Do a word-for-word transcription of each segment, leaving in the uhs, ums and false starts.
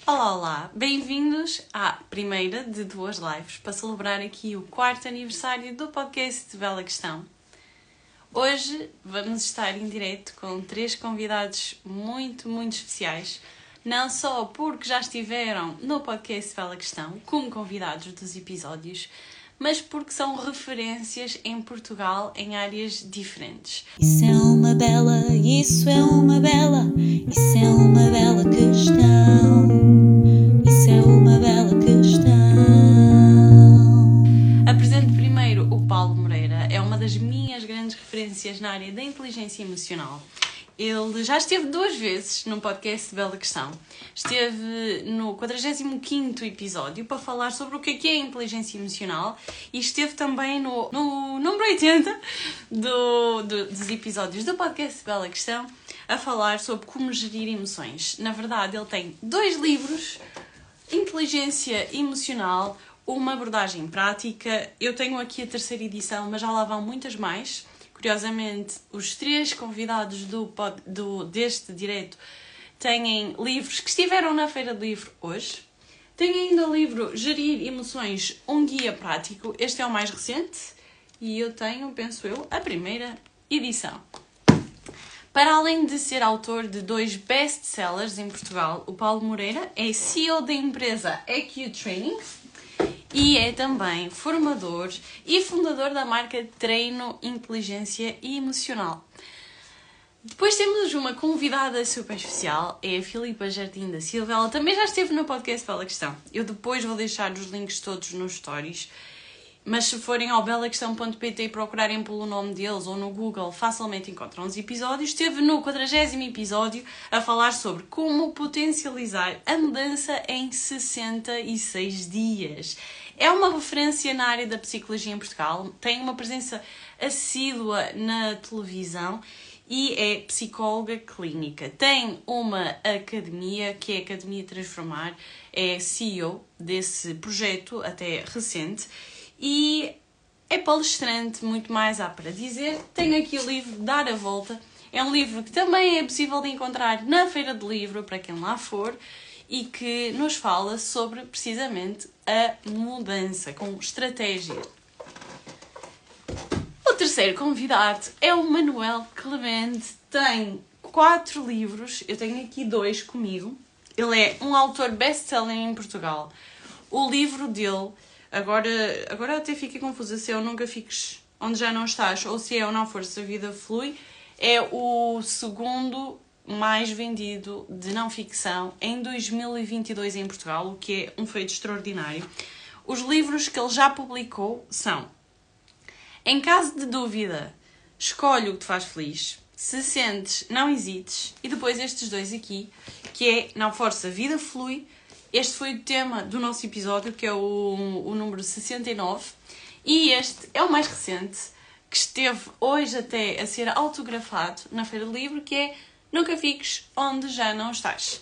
Olá, olá! Bem-vindos à primeira de duas lives para celebrar aqui o quarto aniversário do podcast Bela Questão. Hoje vamos estar em direto com três convidados muito, muito especiais, não só porque já estiveram no podcast Bela Questão como convidados dos episódios, mas porque são referências em Portugal em áreas diferentes. Isso é uma bela, isso é uma bela, isso é uma bela questão. Isso é uma bela questão. Apresento primeiro o Paulo Moreira, é uma das minhas grandes referências na área da inteligência emocional. Ele já esteve duas vezes no podcast Bela Questão. Esteve no quadragésimo quinto episódio para falar sobre o que é, que é a inteligência emocional e esteve também no, no número oitenta do, do, dos episódios do podcast Bela Questão a falar sobre como gerir emoções. Na verdade, ele tem dois livros, Inteligência Emocional, uma abordagem prática. Eu tenho aqui a terceira edição, mas já lá vão muitas mais. Curiosamente, os três convidados do, pod, do, deste direto têm livros que estiveram na Feira do Livro hoje. Tem ainda o livro Gerir Emoções, um guia prático. Este é o mais recente e eu tenho, penso eu, a primeira edição. Para além de ser autor de dois best-sellers em Portugal, o Paulo Moreira é C E O da empresa E Q Training e é também formador e fundador da marca Treino Inteligência Emocional. Depois temos uma convidada super especial, é a Filipa Jardim da Silva. Ela também já esteve no podcast Bela Questão. Eu depois vou deixar os links todos nos stories. Mas se forem ao bela questão ponto pt e procurarem pelo nome deles ou no Google, facilmente encontram os episódios. Esteve no quadragésimo episódio a falar sobre como potencializar a mudança em sessenta e seis dias. É uma referência na área da psicologia em Portugal, tem uma presença assídua na televisão e é psicóloga clínica. Tem uma academia, que é a Academia Transformar, é C E O desse projeto até recente. E é palestrante, muito mais há para dizer. Tenho aqui o livro Dar a Volta. É um livro que também é possível de encontrar na Feira do Livro, para quem lá for, e que nos fala sobre, precisamente, a mudança, com estratégia. O terceiro convidado é o Manuel Clemente. Tem quatro livros, eu tenho aqui dois comigo. Ele é um autor best-seller em Portugal. O livro dele... Agora, agora até fiquei confusa se é o Nunca Fiques Onde Já Não Estás ou se é o Não Força, a Vida Flui. É o segundo mais vendido de não ficção em dois mil e vinte e dois em Portugal, o que é um feito extraordinário. Os livros que ele já publicou são Em Caso de Dúvida, Escolhe o que te faz feliz. Se sentes, não hesites. E depois estes dois aqui, que é Não Força, a Vida Flui. Este foi o tema do nosso episódio, que é o, o número sessenta e nove. E este é o mais recente, que esteve hoje até a ser autografado na Feira do Livro, que é Nunca Fiques Onde Já Não Estás.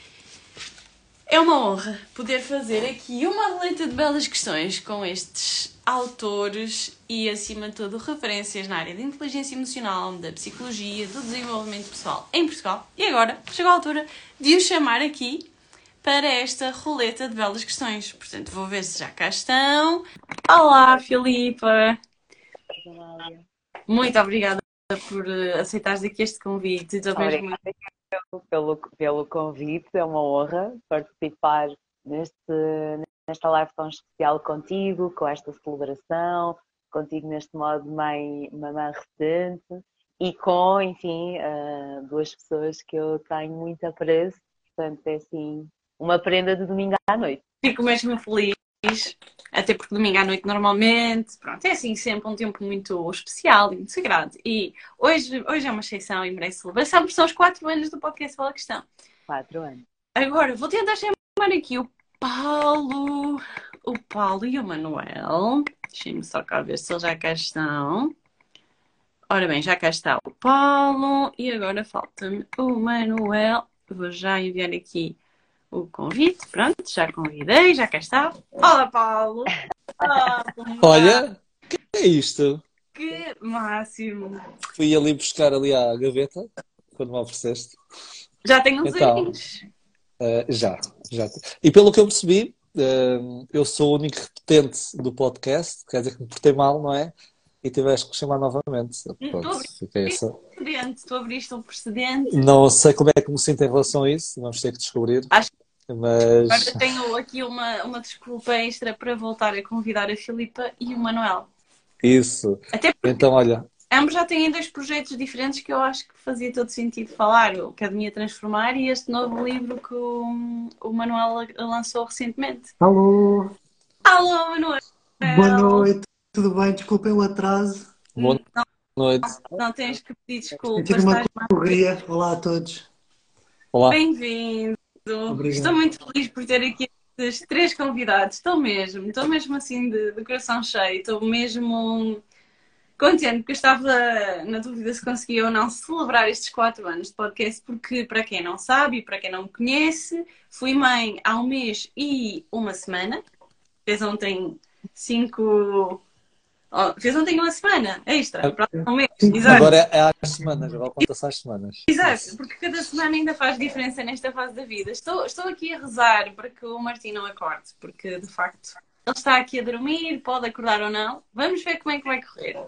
É uma honra poder fazer aqui uma roleta de belas questões com estes autores e, acima de tudo, referências na área da inteligência emocional, da psicologia, do desenvolvimento pessoal em Portugal. E agora chegou a altura de os chamar aqui para esta roleta de belas questões. Portanto, vou ver se já cá estão. Olá, Filipa! Olá, muito obrigada por aceitares aqui este convite. obrigada Mesmo... pelo, pelo convite, é uma honra participar neste, nesta live tão especial contigo, com esta celebração, contigo neste modo mãe, mamã recente e com, enfim, uh, duas pessoas que eu tenho muito apreço. Portanto, é assim... uma prenda de domingo à noite. Fico mesmo feliz, até porque domingo à noite normalmente, pronto, é assim sempre um tempo muito especial e muito sagrado. E hoje, hoje é uma exceção e merece celebração, porque são os quatro anos do podcast Bela Questão. Quatro anos. Agora, vou tentar chamar aqui o Paulo, o Paulo e o Manuel. Deixem-me só cá ver se eles já cá estão. Ora bem, já cá está o Paulo e agora falta-me o Manuel. Vou já enviar aqui o convite, pronto, já convidei, já cá está. Olá, Paulo! Olá, olha, o que é isto? Que máximo! Fui ali buscar ali à gaveta, quando me ofereceste. Já tenho uns então, aninhos. Uh, já, já. E pelo que eu percebi, uh, eu sou o único repetente do podcast, quer dizer que me portei mal, não é? E tiveste que chamar novamente. Tu Pronto, fiquei abriste essa. um precedente, tu abriste um precedente. Não sei como é que me sinto em relação a isso, vamos ter que descobrir. Acho que Mas agora tenho aqui uma, uma desculpa extra para voltar a convidar a Filipa e o Manuel. isso. Até porque Então, olha, ambos já têm dois projetos diferentes que eu acho que fazia todo sentido falar. O Academia Transformar e este novo livro que o, o Manuel lançou recentemente. Alô, Alô, Manuel! boa noite, tudo bem? Desculpem o atraso. boa noite. Não tens que pedir Eu desculpas, tive uma estás mais correria. Olá a todos. Olá. bem-vindo. Obrigado. Estou muito feliz por ter aqui estes três convidados. Estou mesmo, estou mesmo assim de, de coração cheio. Estou mesmo contente porque eu estava na dúvida se conseguia ou não celebrar estes quatro anos de podcast, porque para quem não sabe e para quem não me conhece, fui mãe há um mês e uma semana. Fez ontem cinco... Oh, fez ontem uma semana extra, para um mês. Exato. Agora é às semanas, agora conta-se às semanas. Exato, porque cada semana ainda faz diferença nesta fase da vida. Estou, estou aqui a rezar para que o Martim não acorde, porque de facto ele está aqui a dormir, pode acordar ou não. Vamos ver como é que vai correr.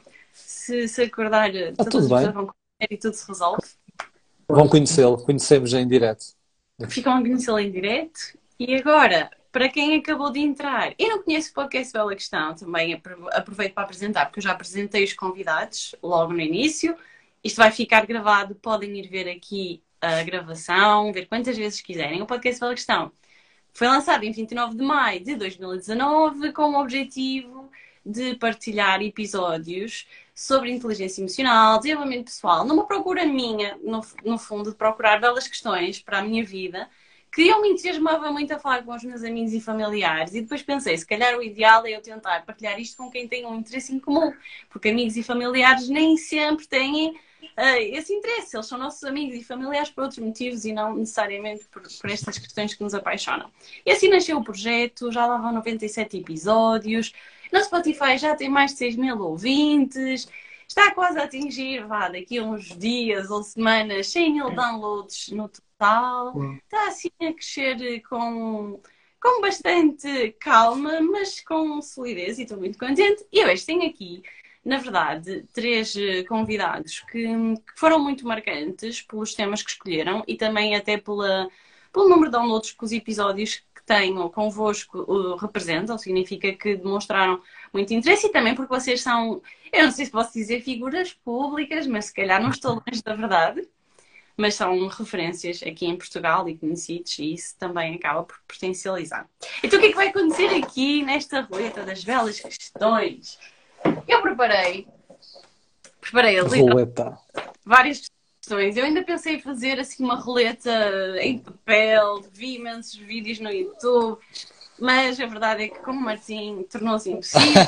Se, se acordar, Está todas tudo as bem. pessoas vão correr e tudo se resolve. Vão conhecê-lo, conhecemos em direto. Ficam a conhecê-lo em direto. E agora, para quem acabou de entrar e não conhece o podcast Bela Questão, também aproveito para apresentar, porque eu já apresentei os convidados logo no início. Isto vai ficar gravado, podem ir ver aqui a gravação, ver quantas vezes quiserem. O podcast Bela Questão foi lançado em vinte e nove de maio de dois mil e dezanove com o objetivo de partilhar episódios sobre inteligência emocional, desenvolvimento pessoal, numa procura minha, no, no fundo, de procurar belas questões para a minha vida, que eu me entusiasmava muito a falar com os meus amigos e familiares, e depois pensei, se calhar o ideal é eu tentar partilhar isto com quem tem um interesse em comum, porque amigos e familiares nem sempre têm uh, esse interesse, eles são nossos amigos e familiares por outros motivos e não necessariamente por, por estas questões que nos apaixonam. E assim nasceu o projeto, já lá vão noventa e sete episódios, no Spotify já tem mais de seis mil ouvintes, está quase a atingir, vá, daqui a uns dias ou semanas, cem mil downloads no total. Está assim a crescer com, com bastante calma, mas com solidez e estou muito contente. E hoje tenho aqui, na verdade, três convidados que, que foram muito marcantes pelos temas que escolheram e também até pela, pelo número de downloads que os episódios que tenho convosco uh, representam. Significa que demonstraram muito interesse e também porque vocês são, eu não sei se posso dizer figuras públicas, mas se calhar não estou longe da verdade, mas são referências aqui em Portugal e conhecidos e isso também acaba por potencializar. Então o que é que vai acontecer aqui nesta roleta das belas questões? Eu preparei, preparei ali Roleta. várias questões. Eu ainda pensei em fazer assim uma roleta em papel, vi imensos vídeos no YouTube, mas a verdade é que como o Martim tornou-se impossível,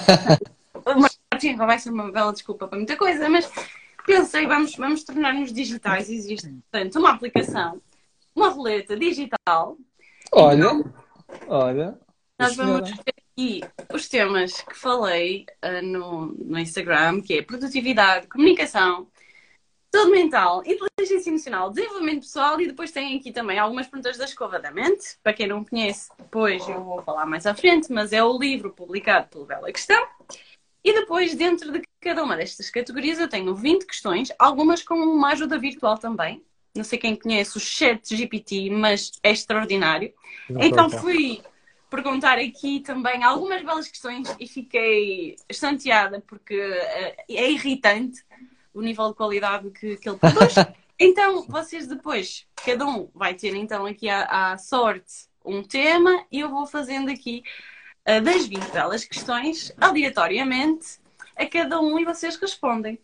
o Martim vai ser uma bela desculpa para muita coisa, mas pensei, vamos, vamos tornar-nos digitais. Existe, portanto, uma aplicação, uma roleta digital. Olha, Então, olha. nós senhora. vamos ter aqui os temas que falei uh, no, no Instagram, que é produtividade, comunicação, saúde mental, inteligência emocional, desenvolvimento pessoal e depois tem aqui também algumas perguntas da Escova da Mente. Para quem não conhece, depois eu vou falar mais à frente, mas é o livro publicado pelo Bela Questão. E depois, dentro de cada uma destas categorias, eu tenho vinte questões, algumas com uma ajuda virtual também. Não sei quem conhece o Chat G P T, mas é extraordinário. Não Então foi, fui perguntar aqui também algumas belas questões e fiquei estonteada porque uh, é irritante o nível de qualidade que, que ele produz. Então, vocês depois, cada um vai ter então aqui à, à sorte um tema e eu vou fazendo aqui uh, das vinte belas questões aleatoriamente a cada um e vocês respondem.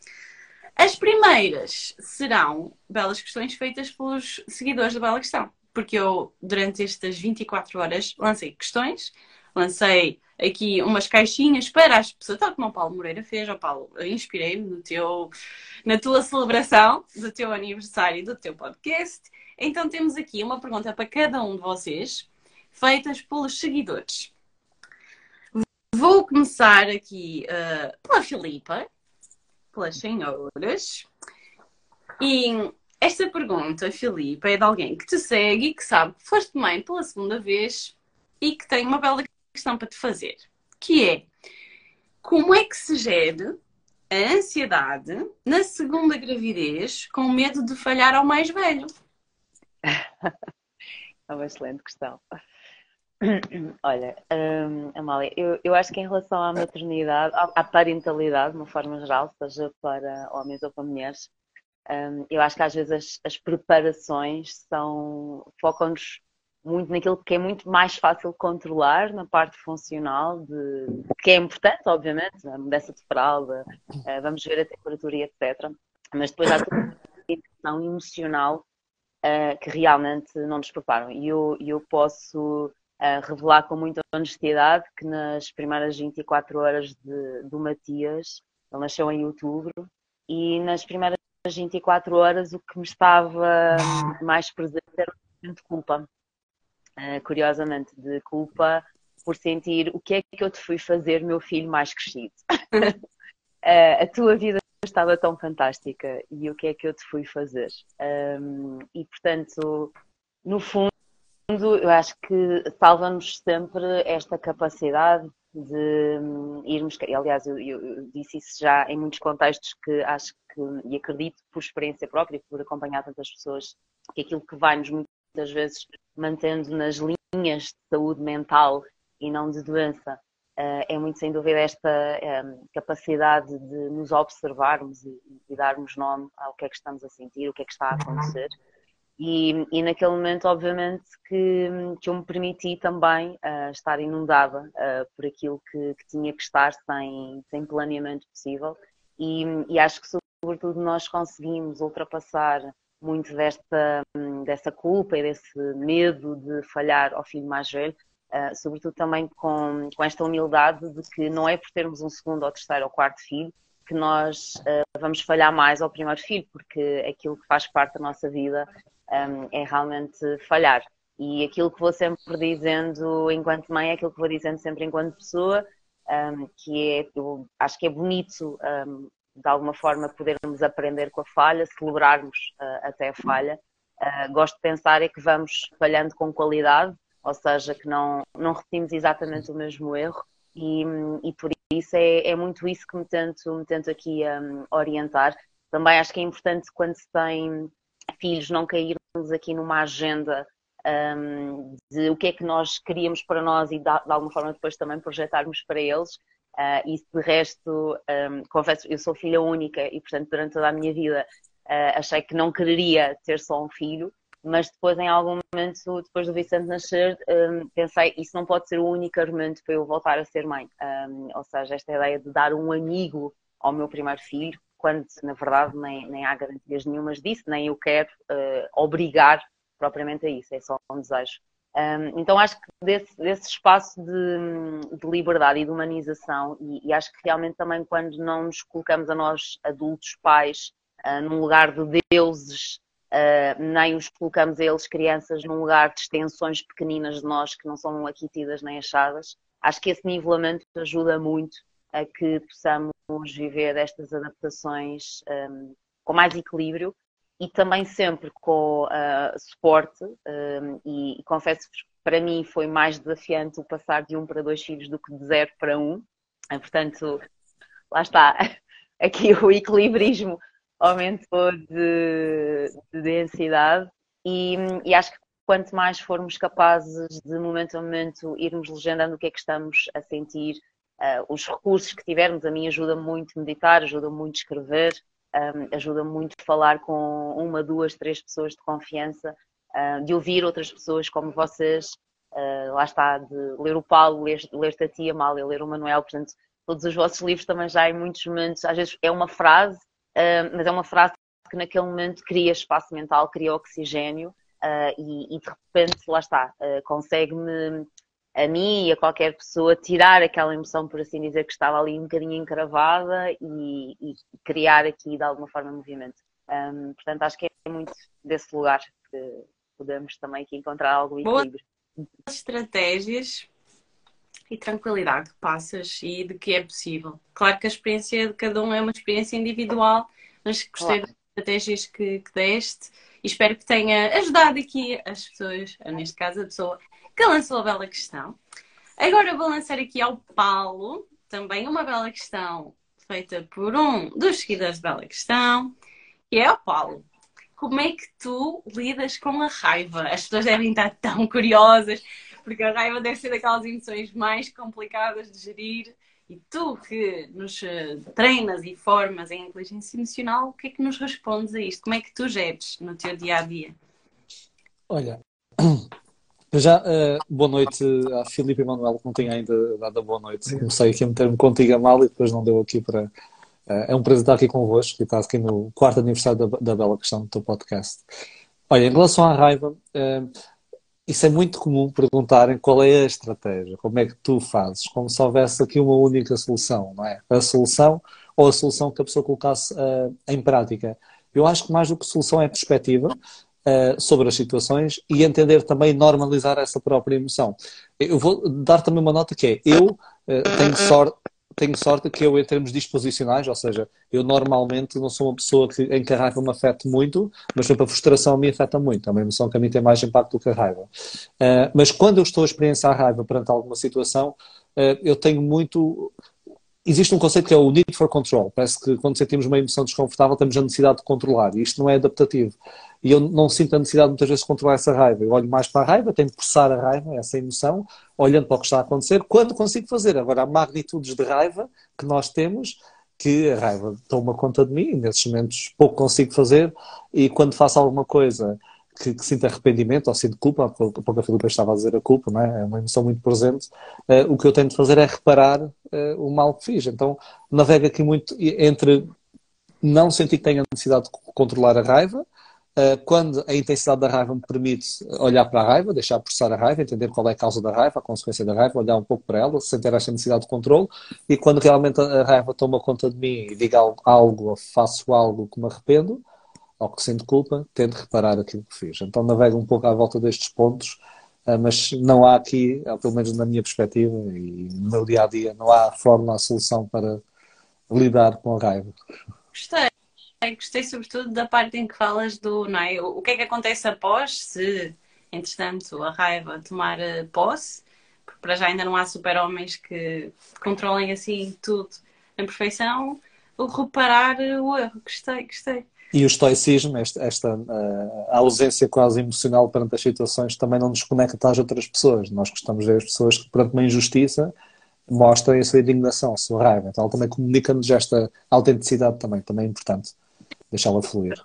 As primeiras serão belas questões feitas pelos seguidores da Bela Questão, porque eu, durante estas vinte e quatro horas, lancei questões, lancei aqui umas caixinhas para as pessoas, tal como o Paulo Moreira fez. Ó Paulo, inspirei-me no teu, na tua celebração do teu aniversário do teu podcast. Então temos aqui uma pergunta para cada um de vocês, feitas pelos seguidores. Vou começar aqui uh, pela Filipa, pelas senhoras. E esta pergunta, Filipe, é de alguém que te segue e que sabe que foste mãe pela segunda vez e que tem uma bela questão para te fazer, que é: como é que se gere a ansiedade na segunda gravidez com medo de falhar ao mais velho? É uma excelente questão. Olha, hum, Amália, eu, eu acho que em relação à maternidade, à, à parentalidade, de uma forma geral, seja para homens ou para mulheres, hum, eu acho que às vezes as, as preparações são, focam-nos muito naquilo que é muito mais fácil controlar, na parte funcional, de, que é importante, obviamente, a mudança de fralda, eh, vamos ver a temperatura e etcétera. Mas depois há toda a questão emocional uh, que realmente não nos preparam. E eu, eu posso uh, revelar com muita honestidade que nas primeiras vinte e quatro horas de, do Matias, ele nasceu em outubro, e nas primeiras vinte e quatro horas o que me estava mais presente era o sentimento de culpa. Uh, curiosamente, de culpa por sentir o que é que eu te fui fazer, meu filho mais crescido. uh, a tua vida estava tão fantástica e o que é que eu te fui fazer? Um, e, portanto, no fundo, eu acho que salva-nos sempre esta capacidade de um, irmos... Aliás, eu, eu disse isso já em muitos contextos, que acho que, e acredito por experiência própria, por acompanhar tantas pessoas, que aquilo que vai-nos muitas vezes mantendo nas linhas de saúde mental e não de doença, Uh, é muito sem dúvida esta um, capacidade de nos observarmos e, e darmos nome ao que é que estamos a sentir, o que é que está a acontecer. E, e naquele momento, obviamente, que, que eu me permiti também uh, estar inundada uh, por aquilo que, que tinha que estar sem, sem planeamento possível. E, e acho que, sobretudo, nós conseguimos ultrapassar muito desta, dessa culpa e desse medo de falhar ao filho mais velho. Uh, sobretudo também com, com esta humildade de que não é por termos um segundo ou terceiro ou quarto filho que nós uh, vamos falhar mais ao primeiro filho, porque aquilo que faz parte da nossa vida um, é realmente falhar. E aquilo que vou sempre dizendo enquanto mãe é aquilo que vou dizendo sempre enquanto pessoa, um, que é, eu acho que é bonito um, de alguma forma podermos aprender com a falha, celebrarmos uh, até a falha. Uh, gosto de pensar é que vamos falhando com qualidade, ou seja, que não, não repetimos exatamente o mesmo erro, e, e por isso é, é muito isso que me tento, me tento aqui um, orientar. Também acho que é importante, quando se tem filhos, não cairmos aqui numa agenda um, de o que é que nós queríamos para nós e de, de alguma forma depois também projetarmos para eles. Uh, e de resto, um, confesso, eu sou filha única e, portanto, durante toda a minha vida uh, achei que não quereria ter só um filho. Mas depois, em algum momento, depois do Vicente nascer, um, pensei, isso não pode ser o único argumento para eu voltar a ser mãe. Um, ou seja, esta ideia de dar um amigo ao meu primeiro filho, quando, na verdade, nem, nem há garantias nenhumas disso, nem eu quero uh, obrigar propriamente a isso, é só um desejo. Um, então, acho que desse, desse espaço de, de liberdade e de humanização, e, e acho que realmente também quando não nos colocamos a nós, adultos, pais, uh, num lugar de deuses, Uh, nem os colocamos a eles, crianças, num lugar de extensões pequeninas de nós que não são aqui tidas nem achadas. Acho que esse nivelamento ajuda muito a que possamos viver estas adaptações um, com mais equilíbrio e também sempre com uh, suporte. Um, e, e confesso-vos, para mim foi mais desafiante o passar de um para dois filhos do que de zero para um. Uh, portanto, lá está, aqui o equilibrismo aumentou de, de densidade e, e acho que quanto mais formos capazes de momento a momento irmos legendando o que é que estamos a sentir, uh, os recursos que tivermos, a mim ajuda muito meditar, ajuda muito escrever, um, ajuda muito falar com uma, duas, três pessoas de confiança, uh, de ouvir outras pessoas como vocês, uh, lá está, de ler o Paulo, ler, ler-te a ti, Amália, ler o Manuel, portanto, todos os vossos livros também já em muitos momentos, às vezes é uma frase, Uh, mas é uma frase que naquele momento cria espaço mental, cria oxigênio uh, e, e de repente, lá está, uh, consegue-me, a mim e a qualquer pessoa, tirar aquela emoção, por assim dizer, que estava ali um bocadinho encravada e, e criar aqui de alguma forma movimento. Um, portanto, acho que é muito desse lugar que podemos também aqui encontrar algum equilíbrio. Boas estratégias e tranquilidade que passas e de que é possível. Claro que a experiência de cada um é uma experiência individual, mas gostei Claro. estratégias que, que deste e espero que tenha ajudado aqui as pessoas, neste caso a pessoa que lançou a bela questão. Agora vou lançar aqui ao Paulo também uma bela questão feita por um dos seguidores de Bela Questão, que é o Paulo. Como é que tu lidas com a raiva? As pessoas devem estar tão curiosas, porque a raiva deve ser daquelas emoções mais complicadas de gerir. E tu que nos treinas e formas em inteligência emocional, o que é que nos respondes a isto? Como é que tu geres no teu dia-a-dia? Olha, já, uh, boa noite à Filipe e Manuel, que não tinha ainda dado a boa noite. Comecei aqui a meter-me contigo a mal e depois não deu aqui para... Uh, é um prazer estar aqui convosco e estar aqui no quarto aniversário da, da Bela Questão do teu podcast. Olha, em relação à raiva, uh, isso é muito comum perguntarem qual é a estratégia, como é que tu fazes, como se houvesse aqui uma única solução, não é? A solução ou a solução que a pessoa colocasse uh, em prática. Eu acho que mais do que solução é perspectiva uh, sobre as situações e entender também e normalizar essa própria emoção. Eu vou dar também uma nota que é, eu uh, tenho sorte, tenho sorte que eu, em termos disposicionais, ou seja, eu normalmente não sou uma pessoa que, em que a raiva me afeta muito, mas a frustração me afeta muito. É uma emoção que a mim tem mais impacto do que a raiva. Uh, mas quando eu estou a experienciar a raiva perante alguma situação, uh, eu tenho muito... Existe um conceito que é o need for control. Parece que quando sentimos uma emoção desconfortável temos a necessidade de controlar. E isto não é adaptativo. E eu não sinto a necessidade muitas vezes de controlar essa raiva. Eu olho mais para a raiva, tento processar a raiva, essa emoção, olhando para o que está a acontecer, quando consigo fazer. Agora, há magnitudes de raiva que nós temos, que a raiva toma conta de mim, e nesses momentos pouco consigo fazer, e quando faço alguma coisa que, que sinto arrependimento ou sinto culpa, porque a Filipe estava a dizer a culpa, não é? É uma emoção muito presente, uh, o que eu tento fazer é reparar uh, o mal que fiz. Então, navego aqui muito entre não sentir que tenho a necessidade de controlar a raiva, Uh, quando a intensidade da raiva me permite olhar para a raiva, deixar processar a raiva, entender qual é a causa da raiva, a consequência da raiva, olhar um pouco para ela, sentir esta necessidade de controle, e quando realmente a raiva toma conta de mim e diga algo ou faço algo que me arrependo, ou que sinto culpa, tento reparar aquilo que fiz. Então navego um pouco à volta destes pontos, uh, mas não há aqui, pelo menos na minha perspectiva e no meu dia-a-dia, não há fórmula, solução para lidar com a raiva. Gostei. Gostei sobretudo da parte em que falas do, não é? O que é que acontece após, se, entretanto, a raiva tomar posse, porque para já ainda não há super-homens que controlem assim tudo na perfeição, o reparar o erro. Gostei, gostei. E o estoicismo, esta, esta uh, a ausência quase emocional perante as situações, também não nos conecta às outras pessoas. Nós gostamos de ver as pessoas que, perante uma injustiça, mostrem a sua indignação, a sua raiva. Então, ela também comunica-nos esta autenticidade também, também é importante. Deixá-la fluir.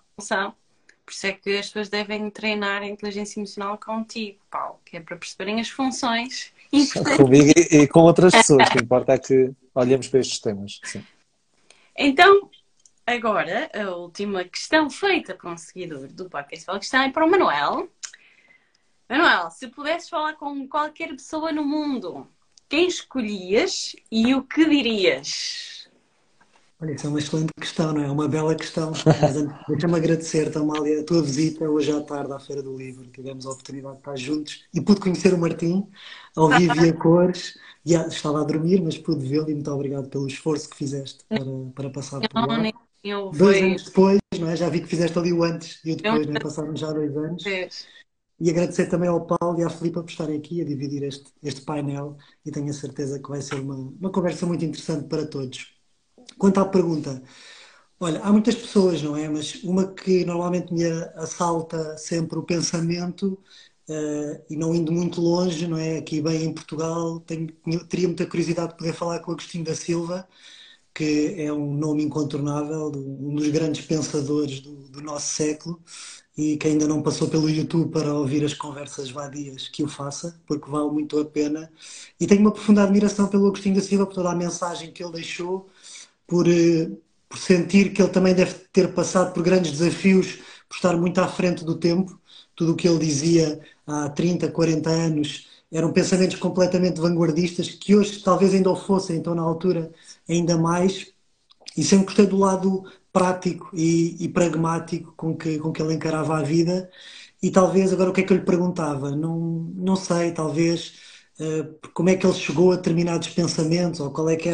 Por isso é que as pessoas devem treinar a inteligência emocional contigo, Paulo, que é para perceberem as funções comigo e, e com outras pessoas. O que importa é que olhemos para estes temas. Sim. Então, agora, a última questão feita por um seguidor do podcast Bela Questão é para o Manuel. Manuel, se pudesses falar com qualquer pessoa no mundo, quem escolhias e o que dirias? Olha, isso é uma excelente questão, não é? É uma bela questão. Mas antes, deixa-me agradecer-te, Amália, a tua visita hoje à tarde à Feira do Livro. Tivemos a oportunidade de estar juntos e pude conhecer o Martim ao vivo e a cores. E, ah, estava a dormir, mas pude vê-lo e muito obrigado pelo esforço que fizeste para, para passar por lá. Não, eu Dois foi... anos depois, não é? Já vi que fizeste ali o antes e o depois, não é? Passaram já dois anos. E agradecer também ao Paulo e à Filipa por estarem aqui a dividir este, este painel e tenho a certeza que vai ser uma, uma conversa muito interessante para todos. Quanto à pergunta, olha, há muitas pessoas, não é? Mas uma que normalmente me assalta sempre o pensamento, uh, e não indo muito longe, não é? Aqui bem em Portugal, tenho, teria muita curiosidade de poder falar com o Agostinho da Silva, que é um nome incontornável, um dos grandes pensadores do, do nosso século, e que ainda não passou pelo YouTube para ouvir as conversas vadias, que o faça, porque vale muito a pena. E tenho uma profunda admiração pelo Agostinho da Silva, por toda a mensagem que ele deixou, Por, por sentir que ele também deve ter passado por grandes desafios, por estar muito à frente do tempo. Tudo o que ele dizia há trinta, quarenta anos eram pensamentos completamente vanguardistas, que hoje talvez ainda o fossem, então na altura ainda mais. E sempre gostei do lado prático e, e pragmático com que, com que ele encarava a vida. E talvez, agora o que é que eu lhe perguntava? Não, não sei, talvez uh, como é que ele chegou a determinados pensamentos, ou qual é que era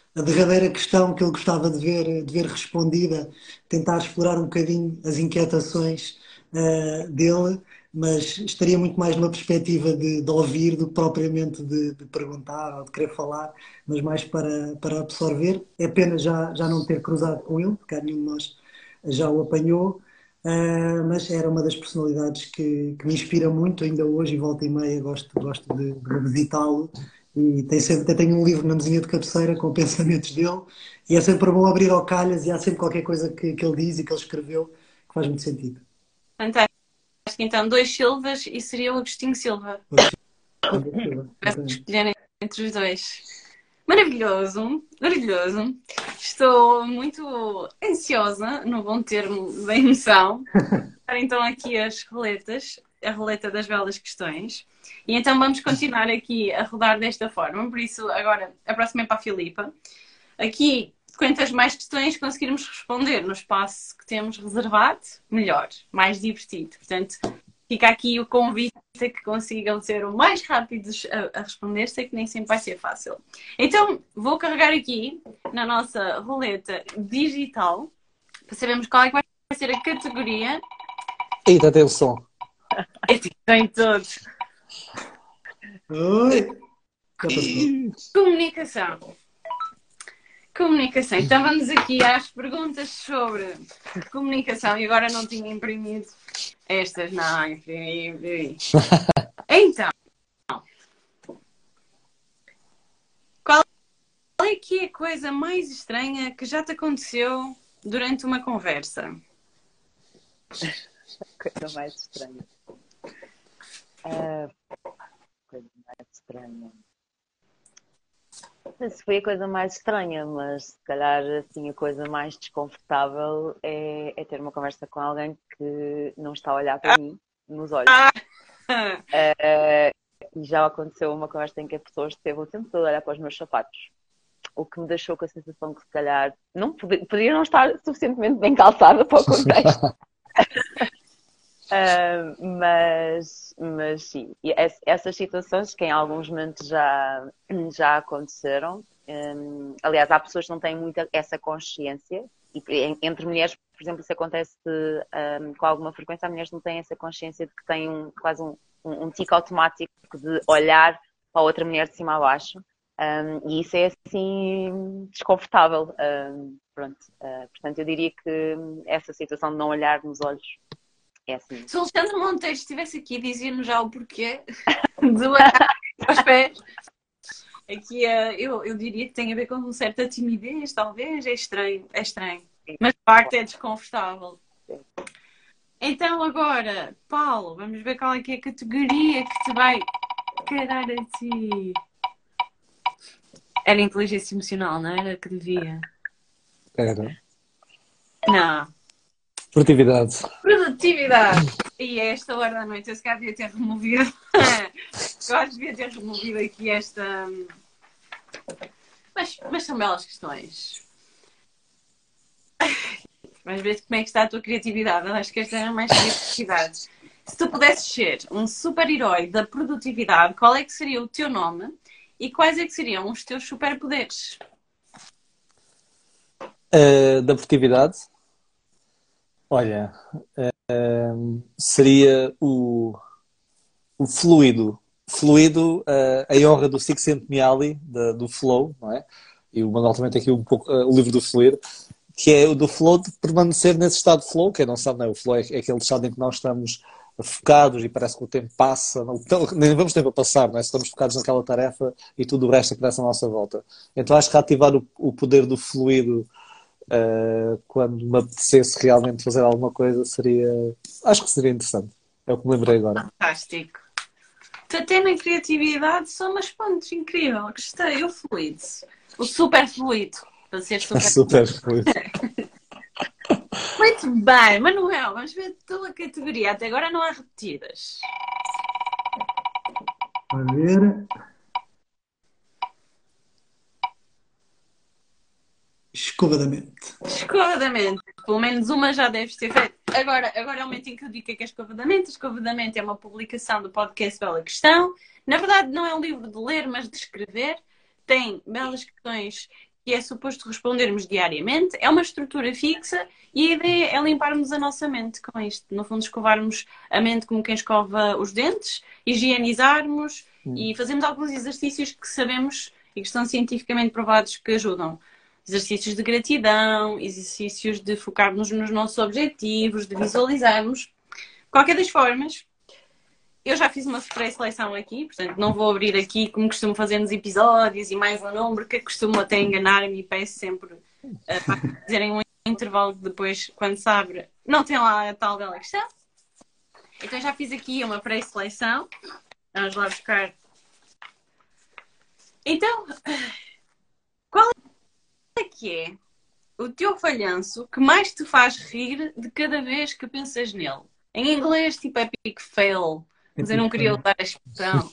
a derradeira questão que ele gostava de ver, de ver respondida, tentar explorar um bocadinho as inquietações uh, dele, mas estaria muito mais numa perspectiva de, de ouvir do que propriamente de, de perguntar ou de querer falar, mas mais para, para absorver. É pena já, já não ter cruzado com ele, porque nenhum de nós já o apanhou, uh, mas era uma das personalidades que, que me inspira muito ainda hoje, e volta e meia gosto, gosto de, de visitá-lo. E tem sempre, até tenho um livro na mesinha de cabeceira com pensamentos dele, e é sempre bom abrir ao calhas, e há sempre qualquer coisa que, que ele diz e que ele escreveu que faz muito sentido. Fantástico. Então, dois Silvas e seria o Agostinho Silva. Para escolherem entre os dois. Maravilhoso, maravilhoso. Estou muito ansiosa, no bom termo da emoção, para então aqui as roletas, a roleta das belas questões. E então vamos continuar aqui a rodar desta forma. Por isso, agora, a próxima é para a Filipa. Aqui, quantas mais questões conseguirmos responder no espaço que temos reservado, melhor, mais divertido. Portanto, fica aqui o convite a que consigam ser o mais rápidos a, a responder. Sei que nem sempre vai ser fácil. Então, vou carregar aqui na nossa roleta digital para sabermos qual é que vai ser a categoria. Eita, tem o som. Tem todos. Oi! Comunicação. Comunicação. Então vamos aqui às perguntas sobre comunicação. E agora não tinha imprimido estas. Não, imprimi. Então, qual é que é a coisa mais estranha que já te aconteceu durante uma conversa? Coisa mais estranha. Uh, coisa mais estranha. Não sei se foi a coisa mais estranha, mas se calhar assim, a coisa mais desconfortável é, é ter uma conversa com alguém que não está a olhar para mim nos olhos. Uh, e já aconteceu uma conversa em que a pessoa esteve o tempo todo a olhar para os meus sapatos. O que me deixou com a sensação que se calhar não podia, podia não estar suficientemente bem calçada para o contexto. Uh, mas, mas sim, e essas situações que em alguns momentos já, já aconteceram. Um, aliás, há pessoas que não têm muita essa consciência, e entre mulheres, por exemplo, isso acontece um, com alguma frequência. As mulheres não têm essa consciência de que têm um, quase um, um, um tique automático de olhar para a outra mulher de cima a baixo, um, e isso é assim desconfortável. Um, pronto, uh, portanto, eu diria que essa situação de não olhar nos olhos. É assim. Se o Alexandre Monteiro estivesse aqui, dizia-nos já o porquê de olhar aos pés. Aqui eu, eu diria que tem a ver com uma certa timidez, talvez. É estranho, é estranho. Mas de facto é desconfortável. Então agora, Paulo, vamos ver qual é que é a categoria que te vai carar a ti. Era inteligência emocional, não era? Que devia. Era. Não. Produtividade. Produtividade. E a esta hora da noite eu se calhar devia ter removido. Eu acho que devia ter removido aqui esta. Mas, mas são belas questões. Vamos ver como é que está a tua criatividade. Eu acho que esta era mais criatividade. Se tu pudesses ser um super-herói da produtividade, qual é que seria o teu nome e quais é que seriam os teus superpoderes? Uh, da produtividade? Olha, uh, seria o, o fluido. Fluido, uh, a honra do Csikszentmihalyi, da, do flow, não é? E o Manuel também tem aqui um pouco uh, o livro do fluir, que é o do flow, de permanecer nesse estado de flow. Quem não sabe, não é? O flow é, é aquele estado em que nós estamos focados e parece que o tempo passa, não, nem vamos tempo a passar, não é? Estamos focados naquela tarefa e tudo o resto aparece à nossa volta. Então acho que ativar o, o poder do fluido Uh, quando me apetecesse realmente fazer alguma coisa, seria, acho que seria interessante. É o que me lembrei agora. Fantástico. Tu até na criatividade são umas pontes incrível. Gostei, o fluido, o super fluido, para ser super, super fluido. Muito bem, Manuel, vamos ver a tua categoria. Até agora não há repetidas. A ver. Escova da mente. Escova da mente. Pelo menos uma já deves ter feito. Agora, agora é o momento em que eu digo que é Escova da Mente. A Escova da Mente é uma publicação do podcast Bela Questão. Na verdade, não é um livro de ler, mas de escrever. Tem belas questões que é suposto respondermos diariamente, é uma estrutura fixa e a ideia é limparmos a nossa mente com isto. No fundo, escovarmos a mente como quem escova os dentes, higienizarmos hum. e fazermos alguns exercícios que sabemos e que estão cientificamente provados que ajudam. Exercícios de gratidão, exercícios de focarmos nos nossos objetivos, de visualizarmos. Qualquer das formas, eu já fiz uma pré-seleção aqui, portanto não vou abrir aqui como costumo fazer nos episódios e mais um número, que costumo até enganar-me e peço sempre uh, para fazerem um intervalo que depois, quando se abre, não tem lá a tal bela questão. Então já fiz aqui uma pré-seleção. Vamos lá buscar. Então, qual é que é o teu falhanço que mais te faz rir de cada vez que pensas nele? Em inglês, tipo epic fail. Mas eu não queria usar a expressão.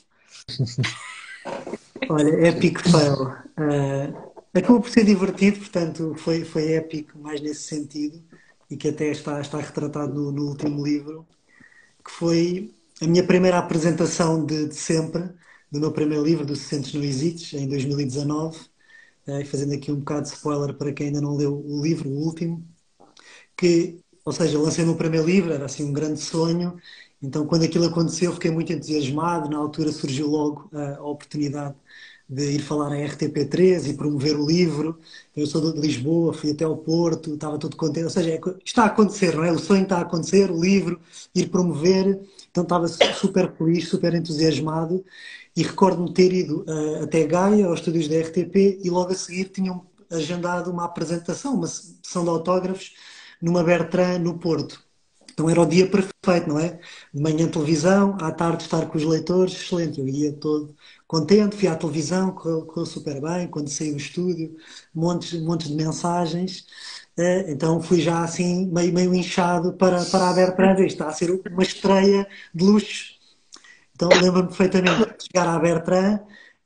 Olha, epic fail. Uh, acabou por ser divertido, portanto, foi, foi épico mais nesse sentido, e que até está, está retratado no, no último livro, que foi a minha primeira apresentação de, de sempre, do meu primeiro livro, do Se Sentes Não Hesites, em dois mil e dezanove, uh, fazendo aqui um bocado de spoiler para quem ainda não leu o livro, o último, que, ou seja, lancei o meu primeiro livro, era assim um grande sonho. Então, quando aquilo aconteceu, fiquei muito entusiasmado. Na altura surgiu logo a oportunidade de ir falar à R T P três e promover o livro. Eu sou de Lisboa, fui até ao Porto, estava todo contente. Ou seja, está a acontecer, não é? O sonho está a acontecer, o livro, ir promover. Então, estava super feliz, super entusiasmado. E recordo-me ter ido uh, até Gaia, aos estúdios da R T P, e logo a seguir tinham agendado uma apresentação, uma sessão de autógrafos, numa Bertrand, no Porto. Então era o dia perfeito, não é? De manhã televisão, à tarde estar com os leitores, excelente. Eu ia todo contente, fui à televisão, correu, correu super bem, quando saí do estúdio, montes, montes de mensagens. Então fui já assim, meio, meio inchado para, para a Bertrand. Isto está a ser uma estreia de luxo. Então lembro-me perfeitamente de chegar à Bertrand,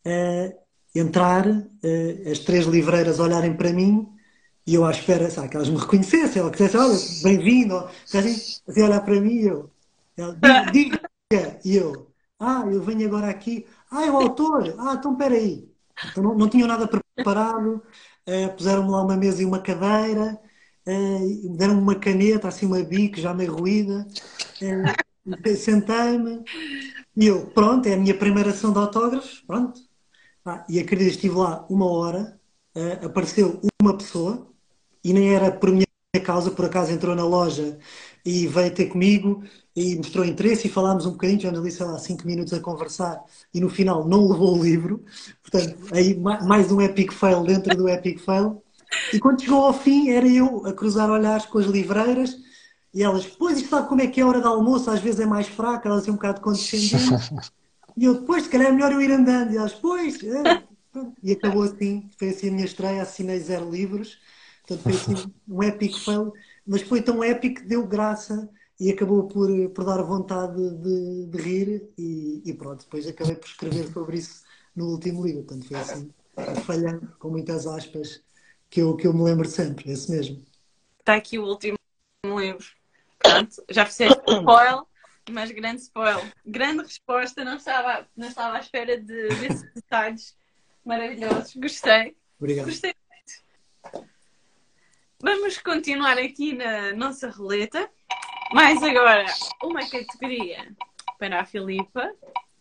entrar, as três livreiras olharem para mim, e eu à espera, sabe, que elas me reconhecessem, ela quisesse, olha, bem-vindo, assim, assim, olhar para mim, e eu, ela, diga, diga, e eu, ah, eu venho agora aqui, ah, é o autor, ah, então espera aí. Então não, não tinham nada preparado, uh, puseram-me lá uma mesa e uma cadeira, uh, deram-me uma caneta, assim uma bique já meio ruída, uh, sentei-me, e eu, pronto, é a minha primeira sessão de autógrafos, pronto. Ah, e acredito, estive lá uma hora, uh, apareceu uma pessoa, e nem era por minha causa, por acaso entrou na loja e veio ter comigo e mostrou interesse e falámos um bocadinho, já ali, sei lá, cinco minutos a conversar, e no final não levou o livro. Portanto, aí mais um epic fail dentro do epic fail. E quando chegou ao fim, era eu a cruzar olhares com as livreiras, e elas, pois, isto sabe como é que é a hora de almoço, às vezes é mais fraca, elas iam um bocado condescendentes. E eu, depois, se calhar é melhor eu ir andando. E elas, pois, é. E acabou assim, foi assim a minha estreia, assinei zero livros. Portanto, foi assim um épico fail, mas foi tão épico que deu graça e acabou por, por dar vontade de, de rir, e, e pronto, depois acabei por escrever sobre isso no último livro. Portanto, foi assim, falhando, com muitas aspas, que eu, que eu me lembro sempre, esse mesmo. Está aqui o último livro. Pronto, já fizeste spoiler, mas grande spoiler. Grande resposta, não estava, não estava à espera de, desses detalhes maravilhosos. Gostei. Obrigado. Gostei muito. Vamos continuar aqui na nossa roleta. Mais agora uma categoria para a Filipa.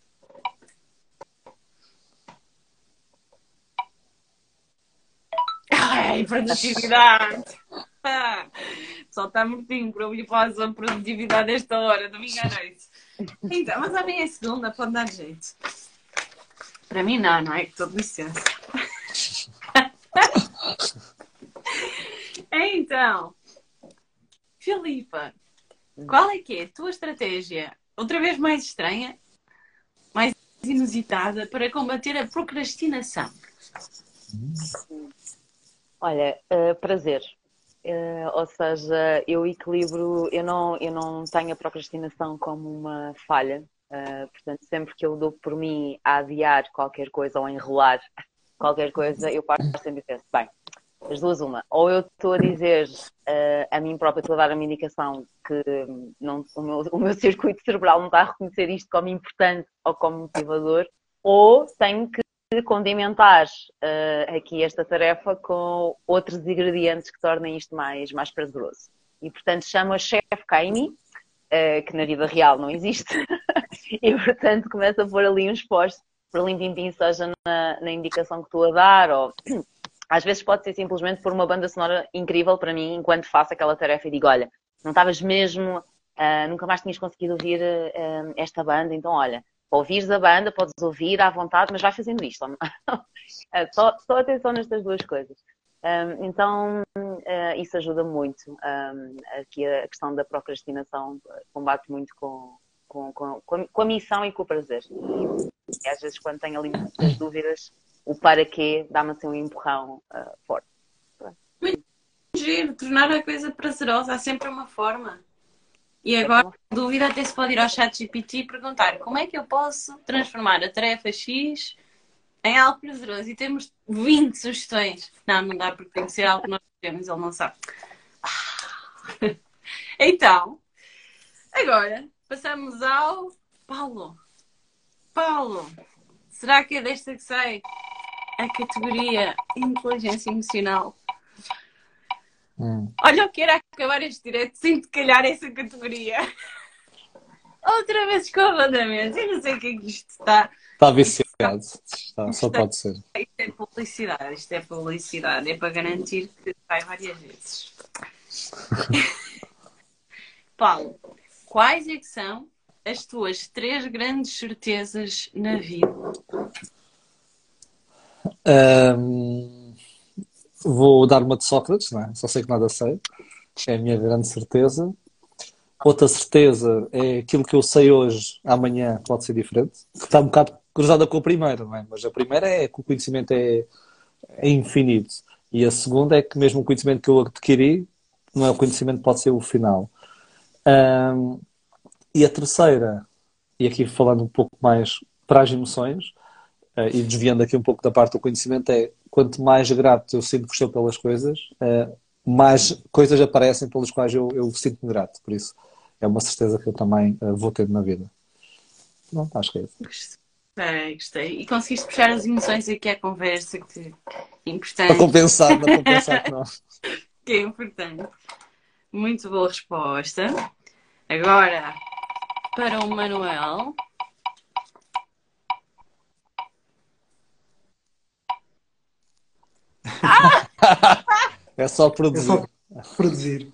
Ai, produtividade! Ah, o pessoal está mortinho por ouvir falar sobre produtividade esta hora, domingo à noite. Então, mas amanhã é segunda, pode dar jeito. Para mim não, não é? Que estou de licença. Então, Filipa, qual é que é a tua estratégia, outra vez mais estranha, mais inusitada, para combater a procrastinação? Olha, uh, prazer. Uh, ou seja, eu equilibro, eu não, eu não tenho a procrastinação como uma falha. Uh, portanto, sempre que eu dou por mim a adiar qualquer coisa ou a enrolar qualquer coisa, eu paro sempre e penso, bem, as duas uma. Ou eu estou a dizer uh, a mim própria, estou a dar a minha indicação que não, o, meu, o meu circuito cerebral não está a reconhecer isto como importante ou como motivador, ou tenho que conseguir condimentar uh, aqui esta tarefa com outros ingredientes que tornem isto mais, mais prazeroso. E, portanto, chamo a Chef Kaimi, uh, que na vida real não existe, e, portanto, começo a pôr ali uns posts para limpim-pim, seja na, na indicação que estou a dar, ou às vezes pode ser simplesmente pôr uma banda sonora incrível para mim enquanto faço aquela tarefa e digo, olha, não estavas mesmo, uh, nunca mais tinhas conseguido ouvir uh, esta banda, então olha, para ouvires a banda, podes ouvir à vontade, mas vai fazendo isto. só, só atenção nestas duas coisas. Um, então, uh, isso ajuda muito. Um, aqui a questão da procrastinação combate muito com, com, com, com, a, com a missão e com o prazer. E às vezes, quando tenho ali muitas dúvidas, o para quê dá-me assim um empurrão uh, forte. Muito giro, tornar a coisa prazerosa, há sempre uma forma. E agora, dúvida, até se pode ir ao chat G P T e perguntar como é que eu posso transformar a tarefa X em algo prazeroso. E temos vinte sugestões. Não, não dá porque tem que ser algo que nós queremos, ele não sabe. Então, agora passamos ao Paulo. Paulo, será que é desta que sai a categoria Inteligência Emocional? Hum. Olha, eu quero acabar este direto sem te calhar essa categoria. Outra vez escovadamente. Eu não sei o que é que isto está. Está viciado. Está, só pode ser. Isto é publicidade. Isto é publicidade. É para garantir que vai várias vezes. Paulo, quais é que são as tuas três grandes certezas na vida? Um... Vou dar uma de Sócrates, não é? Só sei que nada sei. É a minha grande certeza. Outra certeza é aquilo que eu sei hoje, amanhã pode ser diferente. Que está um bocado cruzada com a primeira, não é? Mas a primeira é que o conhecimento é, é infinito. E a segunda é que mesmo o conhecimento que eu adquiri, não é o conhecimento que pode ser o final. Um, e a terceira, e aqui falando um pouco mais para as emoções, uh, e desviando aqui um pouco da parte do conhecimento, é quanto mais grato eu sinto que estou pelas coisas, uh, mais coisas aparecem pelas quais eu, eu sinto-me grato. Por isso, é uma certeza que eu também uh, vou ter na vida. Não, acho que é isso. Gostei, gostei. E conseguiste puxar as emoções aqui à conversa, que é importante. Para compensar, não compensar que não. Que é importante. Muito boa resposta. Agora, para o Manuel. É só produzir. É só produzir.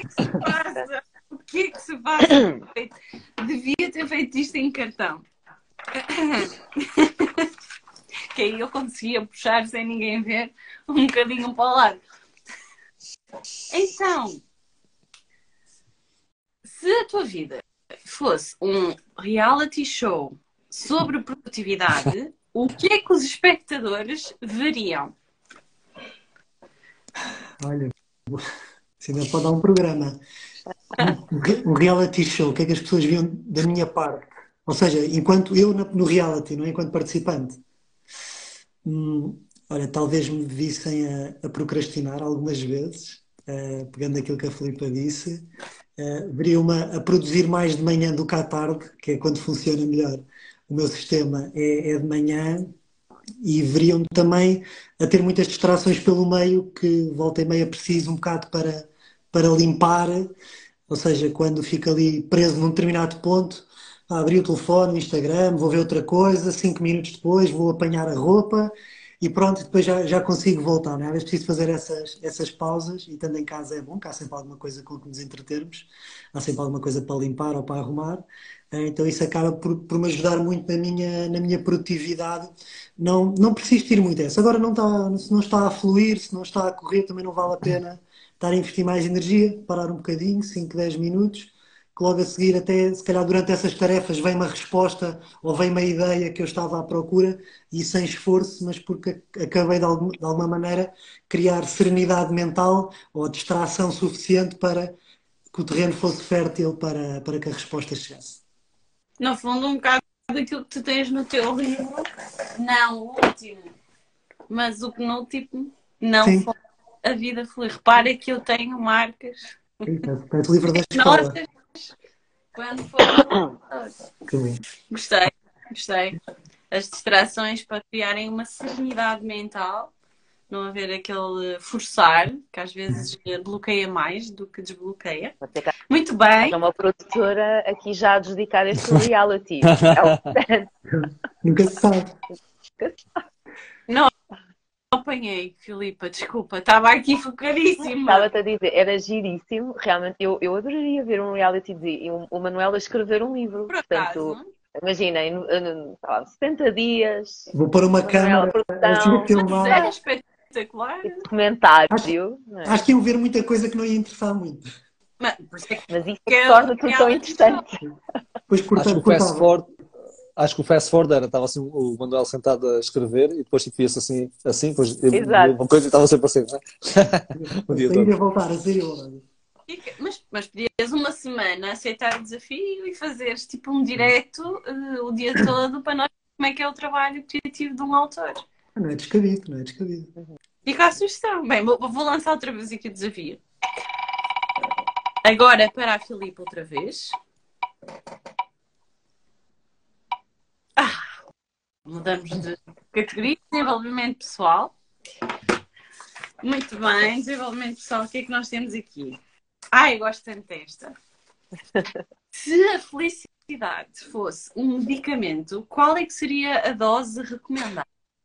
O que é que se passa? O que é que se passa? Devia ter feito isto em cartão. Que aí eu conseguia puxar sem ninguém ver um bocadinho para o lado. Então, se a tua vida fosse um reality show sobre produtividade, o que é que os espectadores veriam? Olha, se ainda pode dar um programa. Um, um reality show, o que é que as pessoas viam da minha parte? Ou seja, enquanto eu no reality, não é? Enquanto participante. Hum, olha, talvez me vissem a, a procrastinar algumas vezes, uh, pegando aquilo que a Filipa disse. Uh, veriam-me a produzir mais de manhã do que à tarde, que é quando funciona melhor. O meu sistema é, é de manhã. E veriam-me também a ter muitas distrações pelo meio, que volta e meia preciso um bocado para, para limpar, ou seja, quando fico ali preso num determinado ponto, abri o telefone, o Instagram, vou ver outra coisa, cinco minutos depois vou apanhar a roupa e pronto, depois já, já consigo voltar, não é? Às vezes preciso fazer essas, essas pausas e estando em casa é bom, que há sempre alguma coisa com que nos entretermos, há sempre alguma coisa para limpar ou para arrumar. Então isso acaba por, por me ajudar muito na minha, na minha produtividade. Não, não preciso ir muito essa. Agora não está, se não está a fluir, se não está a correr, também não vale a pena estar a investir mais energia, parar um bocadinho, cinco, dez minutos, que logo a seguir até, se calhar durante essas tarefas vem uma resposta ou vem uma ideia que eu estava à procura e sem esforço, mas porque acabei de alguma, de alguma maneira criar serenidade mental ou distração suficiente para que o terreno fosse fértil para, para que a resposta chegasse. No fundo, um bocado daquilo que tu tens no teu livro, não o último, mas o penúltimo, não Sim. foi a vida flui. Repara que eu tenho marcas. Parece livro da escola. Nossas, quando for. Que bom. Gostei, gostei. as distrações para criarem uma serenidade mental, não haver aquele forçar, que às vezes bloqueia mais do que desbloqueia. Pode ser que Muito bem. haja uma produtora aqui já a adjudicar este reality. É o- Nunca se sabe. Não apanhei, Filipa, desculpa, estava aqui focadíssima. Estava-te a dizer, era giríssimo. Realmente, eu, eu adoraria ver um reality de e um- o Manuel a escrever um livro. Por Portanto, acaso, imagina, em, em, sei lá, setenta dias, Vou pôr uma Manuel, câmara a produção, filmar. era espetacular. documentário. Não é? Acho que iam ver muita coisa que não ia interessar muito. Mas, por isso é que Mas isso é torna um tudo tão reality interessante. Depois Acho que cortava, o fast cortava. forward, acho que o fast forward era, estava assim o Manuel sentado a escrever e depois tipo, via-se assim, assim, depois eu- Exato. uma coisa e estava sempre assim, não é? O A dia sair e a todo. voltar, a sair e a voltar. Fica- Mas, mas podias uma semana aceitar o desafio e fazeres tipo um direto eh, o dia todo para nós ver como é que é o trabalho criativo de um autor. Não é descabido, não é descabido. Fica a sugestão. Bem, vou, vou lançar outra vez aqui o desafio. Agora para a Filipe outra vez. Ah, mudamos de categoria. Desenvolvimento pessoal. Muito bem, desenvolvimento pessoal. O que é que nós temos aqui? Ai, eu gosto tanto desta. Se a felicidade fosse um medicamento, qual é que seria a dose recomendada?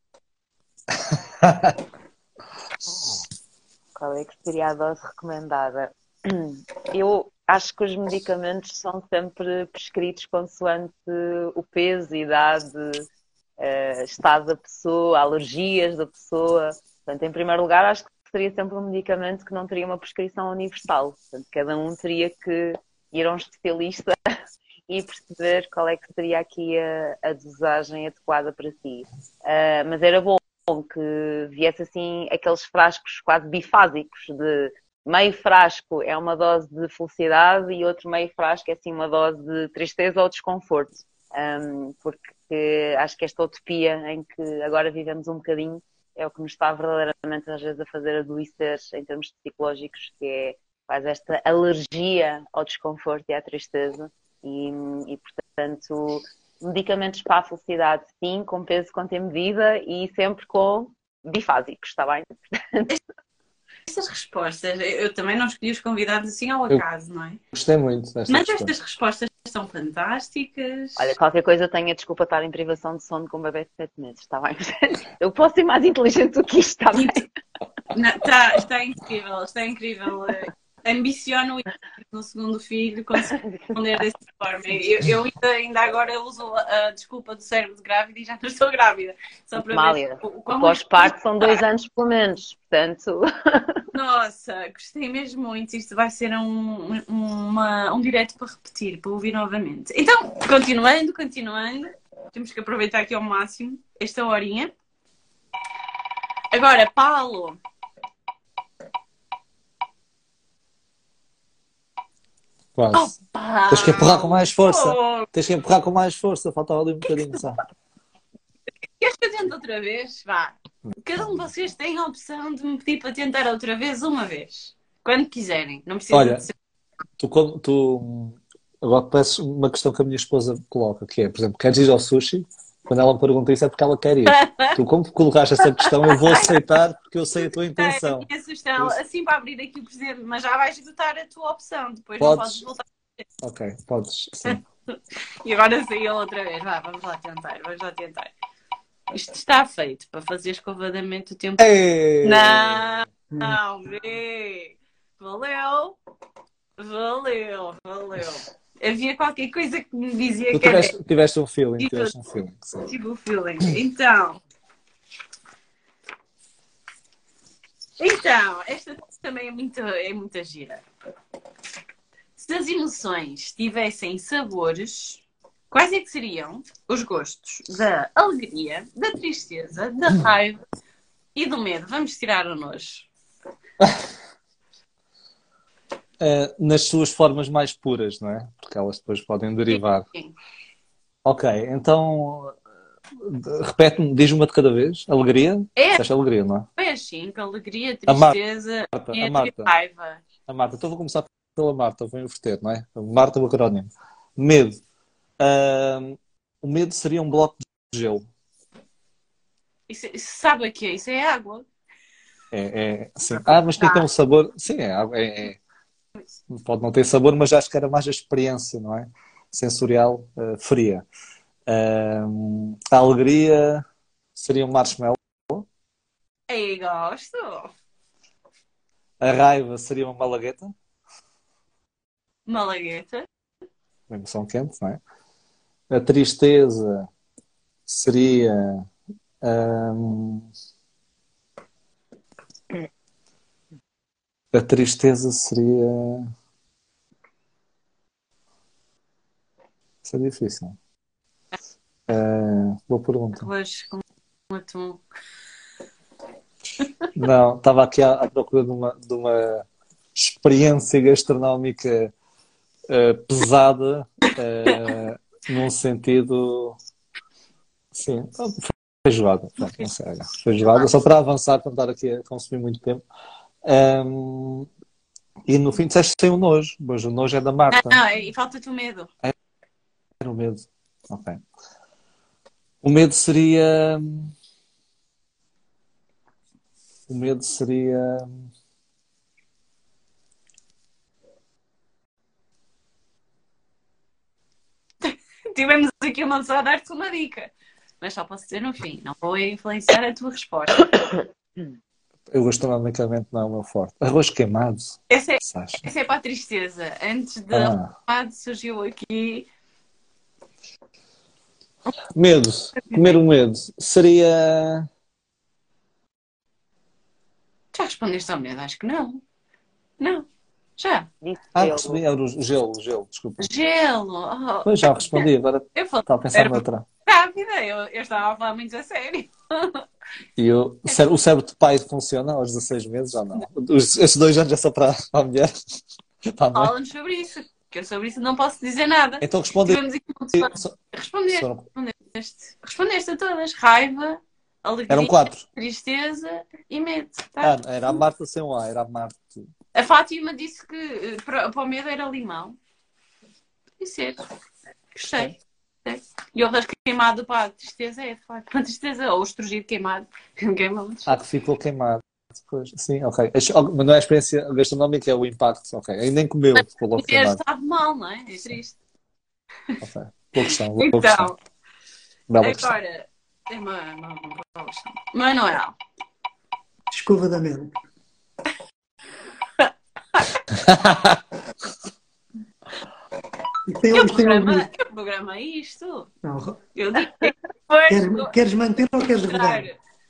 Qual é que seria a dose recomendada? Eu acho que os medicamentos são sempre prescritos consoante o peso, idade, eh, estado da pessoa, alergias da pessoa. Portanto, em primeiro lugar, acho que seria sempre um medicamento que não teria uma prescrição universal. Portanto, cada um teria que ir a um especialista e perceber qual é que seria aqui a, a dosagem adequada para si. Uh, mas era bom que viesse assim aqueles frascos quase bifásicos de meio frasco é uma dose de felicidade e outro meio frasco é assim uma dose de tristeza ou desconforto. Um, porque acho que esta utopia em que agora vivemos um bocadinho é o que nos está verdadeiramente às vezes a fazer adoecer em termos psicológicos, que é quase esta alergia ao desconforto e à tristeza e, e portanto medicamentos para a felicidade sim, com peso, conta e medida e sempre com bifásicos, está bem? Estas respostas, eu também não escolhi os convidados assim ao Eu acaso, não é? gostei muito desta Mas questão. estas respostas são fantásticas. Olha, qualquer coisa tenha desculpa estar em privação de sono com um bebê de sete meses, está bem? Eu posso ser mais inteligente do que isto, está bem? Não, está, está incrível, está incrível. Ambiciono no segundo filho conseguir responder dessa forma. Eu, eu ainda, ainda agora uso a desculpa do cérebro de grávida e já não estou grávida. Só para Mália, ver o, o como pós-parto são dois anos pelo menos, portanto... Nossa, gostei mesmo muito. Isto vai ser um, uma, um direto para repetir, para ouvir novamente. Então, continuando, continuando. Temos que aproveitar aqui ao máximo esta horinha. Agora, Paulo. Quase. Opa! Tens que empurrar com mais força. Oh! Tens que empurrar com mais força. Faltava ali um bocadinho, sabe? Queres que eu tente outra vez? Vá. Cada um de vocês tem a opção de me pedir para tentar outra vez uma vez. Quando quiserem. Não precisa Olha, de ser. tu, quando- tu agora peço uma questão que a minha esposa coloca, que é, por exemplo, queres ir ao sushi? Quando ela me pergunta isso é porque ela quer ir. Tu, como colocaste essa questão, eu vou aceitar porque eu sei a tua intenção. A minha sugestão, Isso. assim para abrir aqui o presente, mas já vais esgotar a tua opção. Depois não Podes. podes voltar. Ok, podes, sim. E agora saiu outra vez. Vá, vamos lá tentar. Vamos lá tentar. Isto está feito para fazer escovadamente o tempo. Ei! Não, não, vê. Valeu. Valeu, valeu. Havia qualquer coisa que me dizia Tu que era tiveste, tiveste um feeling, tiveste um feeling, sim. tipo o feeling. Então. Então, esta também é muito, é muita gira. Se as emoções tivessem sabores, quais é que seriam os gostos da alegria, da tristeza, da raiva e do medo? Vamos tirar o nojo. Uh, nas suas formas mais puras, não é? Porque elas depois podem derivar. Sim. Ok, então uh, repete-me, diz uma de cada vez. Alegria? É. Disseste alegria, não é? É assim, que alegria, A Marta, tristeza, a medo Marta. e raiva. A Marta, então vou começar pela Marta, vou inverter, não é? Marta, o acrónimo. Medo. Uh, o medo seria um bloco de gelo. Isso, isso sabe o que é? Isso é água. É, é, sim. Ah, mas tem que ter um sabor. Sim, é, água, é, é. Pode não ter sabor, mas acho que era mais a experiência, não é? Sensorial, eh, fria. Ahm, a alegria seria um marshmallow. Aí gosto. A raiva seria uma malagueta. Malagueta. Uma emoção quente, não é? A tristeza seria. ahm, a tristeza seria. Isso é difícil. Ah, boa pergunta. Arroz com atum. Não, estava aqui à, à procura de uma, de uma experiência gastronómica eh, pesada, eh, num sentido. Sim, feijoada. Pronto, não sei, olha, feijoada, só para avançar, para não estar aqui a consumir muito tempo. Ahm, e no fim disseste sem o nojo, mas o nojo é da Marta. Não, e falta-te o medo. Era o medo. Ok. O medo seria. O medo seria. Tivemos aqui uma pessoa a dar-te uma dica. Mas só posso dizer no fim. Não vou influenciar a tua resposta. Eu gastronomicamente não é o meu forte. Arroz queimado. Essa é, Sasha. essa é para a tristeza. Antes de Ah. arrumado surgiu aqui. Medo. Comer o medo. Seria. Já respondeste ao medo? Acho que não. Não. Já. Disse Ah, gelo. recebi. Era o gelo, o gelo, desculpa. Gelo. Oh, Pois já respondi, agora eu falei. estava a pensar Era noutra. rápida. Eu, eu estava a falar muito a sério. E eu, o cérebro, o cérebro de pai funciona aos dezasseis meses ou não? Os, estes dois anos é só para, para a mulher? Para a mãe? Fala-nos sobre isso. Que eu sobre isso não posso dizer nada. Então respondi. Tivemos aqui uma pessoa Só- a responder. só- Respondeste. Respondeste a todas. Raiva, alegria, Eram quatro. tristeza e medo. Tá? Ah, era a Marta sem um A, era a Marta. A Fátima disse que eh, para, para o medo era limão. Pode ser. Gostei. Gostei. E o arroz queimado para a tristeza é, de facto, para a tristeza. Ou o estrugido queimado. Queimado. Ah, que ficou queimado. Pois, sim, ok. Mas não é a experiência gastronómica, é o impacto. Ok. Ainda nem comeu, ficou logo E queimado. sabe mal, não é? É triste. Ok. Boa questão, boa questão. Então, Bela questão. agora, é uma, uma, uma boa questão. Manuel, Escova da mente. Isto tem, que isto tem programa, algum- que programa é isto? Não, Eu digo que depois queres, queres manter ou queres rodar?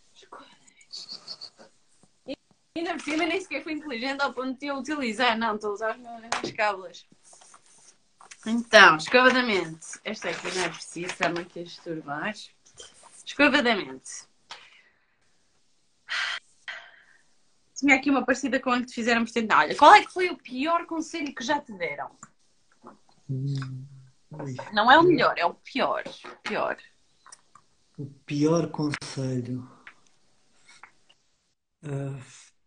Ainda por cima nem sequer fui inteligente ao ponto de eu utilizar. Não, estou a usar os meus cábulas. Então, escova da mente. Esta aqui não é preciso, está-me aqui a esturbar. Escova da mente. Tinha aqui uma parecida com a que te fizeram tentar. Olha, qual é que foi o pior conselho que já te deram? Ui, Não é o melhor, é o pior. Pior. o pior conselho. Ah,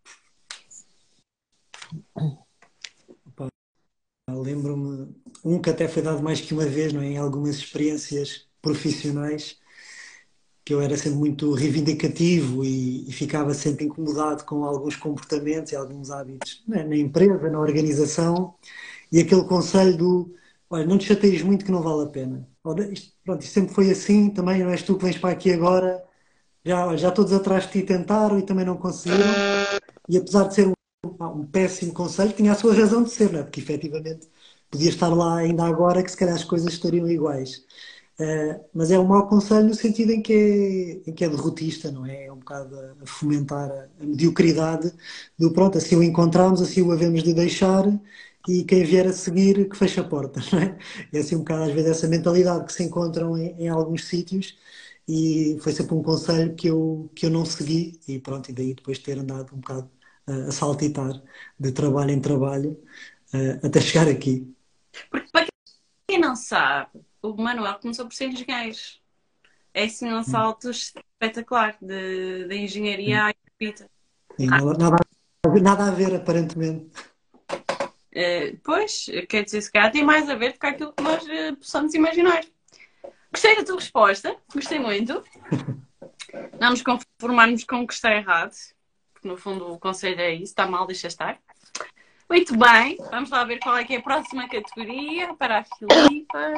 opa, lembro-me, um que até foi dado mais que uma vez, não é? Em algumas experiências profissionais, que eu era sempre muito reivindicativo e, e ficava sempre incomodado com alguns comportamentos e alguns hábitos, né, na empresa, na organização, e aquele conselho do, olha, não te chateies muito que não vale a pena. Olha, isto, pronto, isto sempre foi assim, também não és tu que vens para aqui agora, já, já todos atrás de ti tentaram e também não conseguiram, e apesar de ser um, um péssimo conselho, tinha a sua razão de ser, não é? Porque efetivamente podia estar lá ainda agora que se calhar as coisas estariam iguais. Uh, mas é um mau conselho no sentido em que é, em que é derrotista, não é? É um bocado a, a fomentar a, a mediocridade do pronto, assim o encontramos, assim o havemos de deixar e quem vier a seguir que feche a porta, não é? É assim um bocado às vezes essa mentalidade que se encontram em, em alguns sítios e foi sempre um conselho que eu, que eu não segui e pronto, e daí depois de ter andado um bocado uh, a saltitar de trabalho em trabalho uh, até chegar aqui. Porque para quem não sabe, o Manuel começou por ser engenheiro. É assim um salto espetacular de, de engenharia à escrita. E nada, nada, nada a ver, aparentemente. Uh, pois, quer dizer, se calhar tem mais a ver do que aquilo que nós uh, possamos imaginar. Gostei da tua resposta, gostei muito. Não nos conformarmos com o que está errado, porque no fundo o conselho é isso, está mal, deixa estar. Muito bem, vamos lá ver qual é que é a próxima categoria para a Filipa.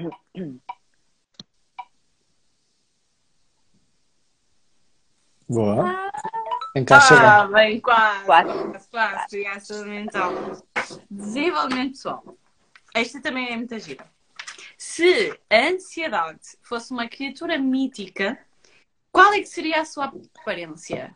Boa. Encaixa Ah, bem. bem, quase, Quase. quase, quase, pegar a saúde mental. Desenvolvimento pessoal. Esta também é muita gira. Se a ansiedade fosse uma criatura mítica, qual é que seria a sua aparência?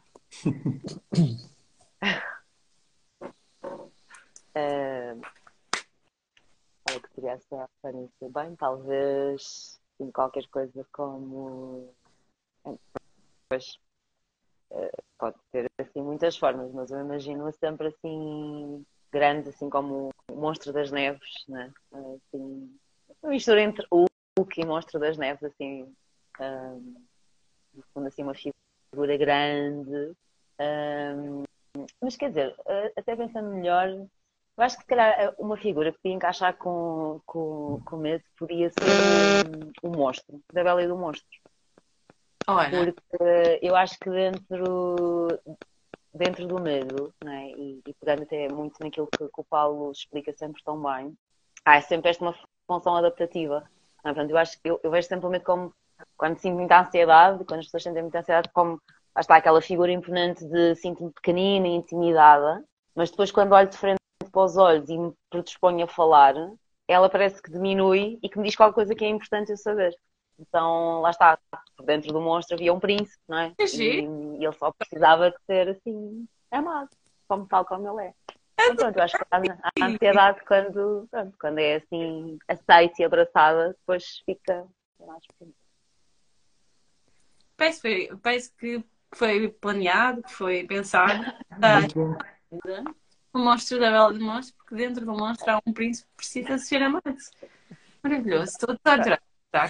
Ah, qual é que seria a sua aparência? Bem, talvez sim, qualquer coisa como. Pois, pode ter assim muitas formas, mas eu imagino sempre assim grande, assim como o Monstro das Neves, né? Assim, uma mistura entre o Hulk e Monstro das Neves, assim, um, no fundo, assim, uma figura grande. Um, mas quer dizer, até pensando melhor, eu acho que se calhar uma figura que podia encaixar com, com, com medo podia ser um, um monstro, da Bela e do Monstro. Olha, Porque eu acho que dentro, dentro do medo, né, e, e pegando até muito naquilo que, que o Paulo explica sempre tão bem, há sempre esta uma função adaptativa. Né? Portanto, eu acho que eu, eu vejo sempre o medo como, quando sinto muita ansiedade, quando as pessoas sentem muita ansiedade, como lá está aquela figura imponente de sinto-me pequenina e intimidada, mas depois quando olho de frente para os olhos e me predisponho a falar, ela parece que diminui e que me diz qualquer coisa que é importante eu saber. Então, lá está, por dentro do monstro havia um príncipe, não é? é E, giro. e ele só precisava de ser assim, amado, como tal como ele é. Então, pronto, eu acho que a, a ansiedade, quando, pronto, quando é assim, aceita e abraçada, depois fica mais pequena. Parece, foi, parece que foi planeado, que foi pensado. Tá. Muito bom. O monstro da Bela e do Monstro, porque dentro do monstro há um príncipe que precisa ser amado. Maravilhoso, estou a adorar. Tá?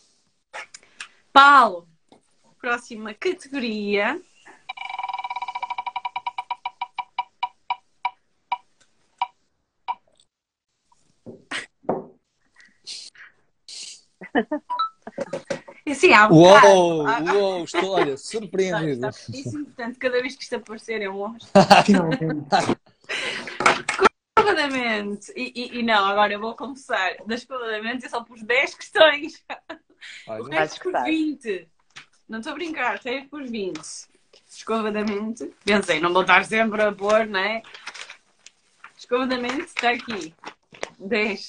Paulo, próxima categoria. E assim, há bocado. Uou, há- uou, estou, olha, surpreendido. Está muitíssimo, portanto, cada vez que isto aparecer é um monstro. Finalmente. Descoladamente. E, e, e não, agora eu vou confessar. Descoladamente eu só pus dez questões. O Olha, resto por gostar. vinte. Não estou a brincar, sei por vinte. Descoladamente. Pensei, não vou estar sempre a pôr, não é? Descoladamente está aqui. dez.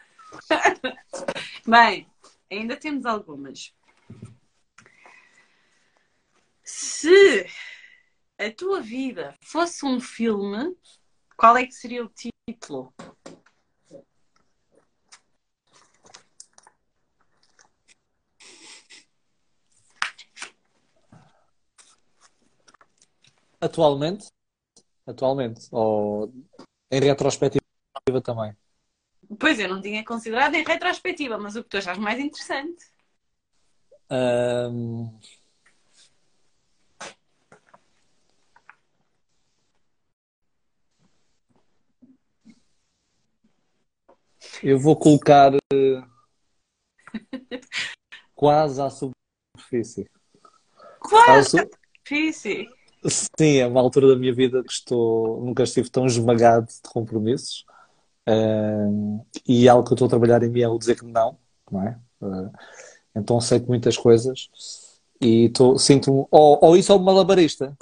Bem, ainda temos algumas. Se a tua vida fosse um filme, qual é que seria o título? atualmente, atualmente, ou em retrospectiva também. Pois eu não tinha considerado em retrospectiva, mas o que tu achas mais interessante? Ahm, eu vou colocar eh, quase à superfície. Quase Quase, difícil. sim, é uma altura da minha vida que estou, nunca estive tão esmagado de compromissos. Ahm, e algo que eu estou a trabalhar em mim é o dizer que não, não é? Ah, então aceito muitas coisas e estou, sinto-me, ou, ou isso ou um malabarista.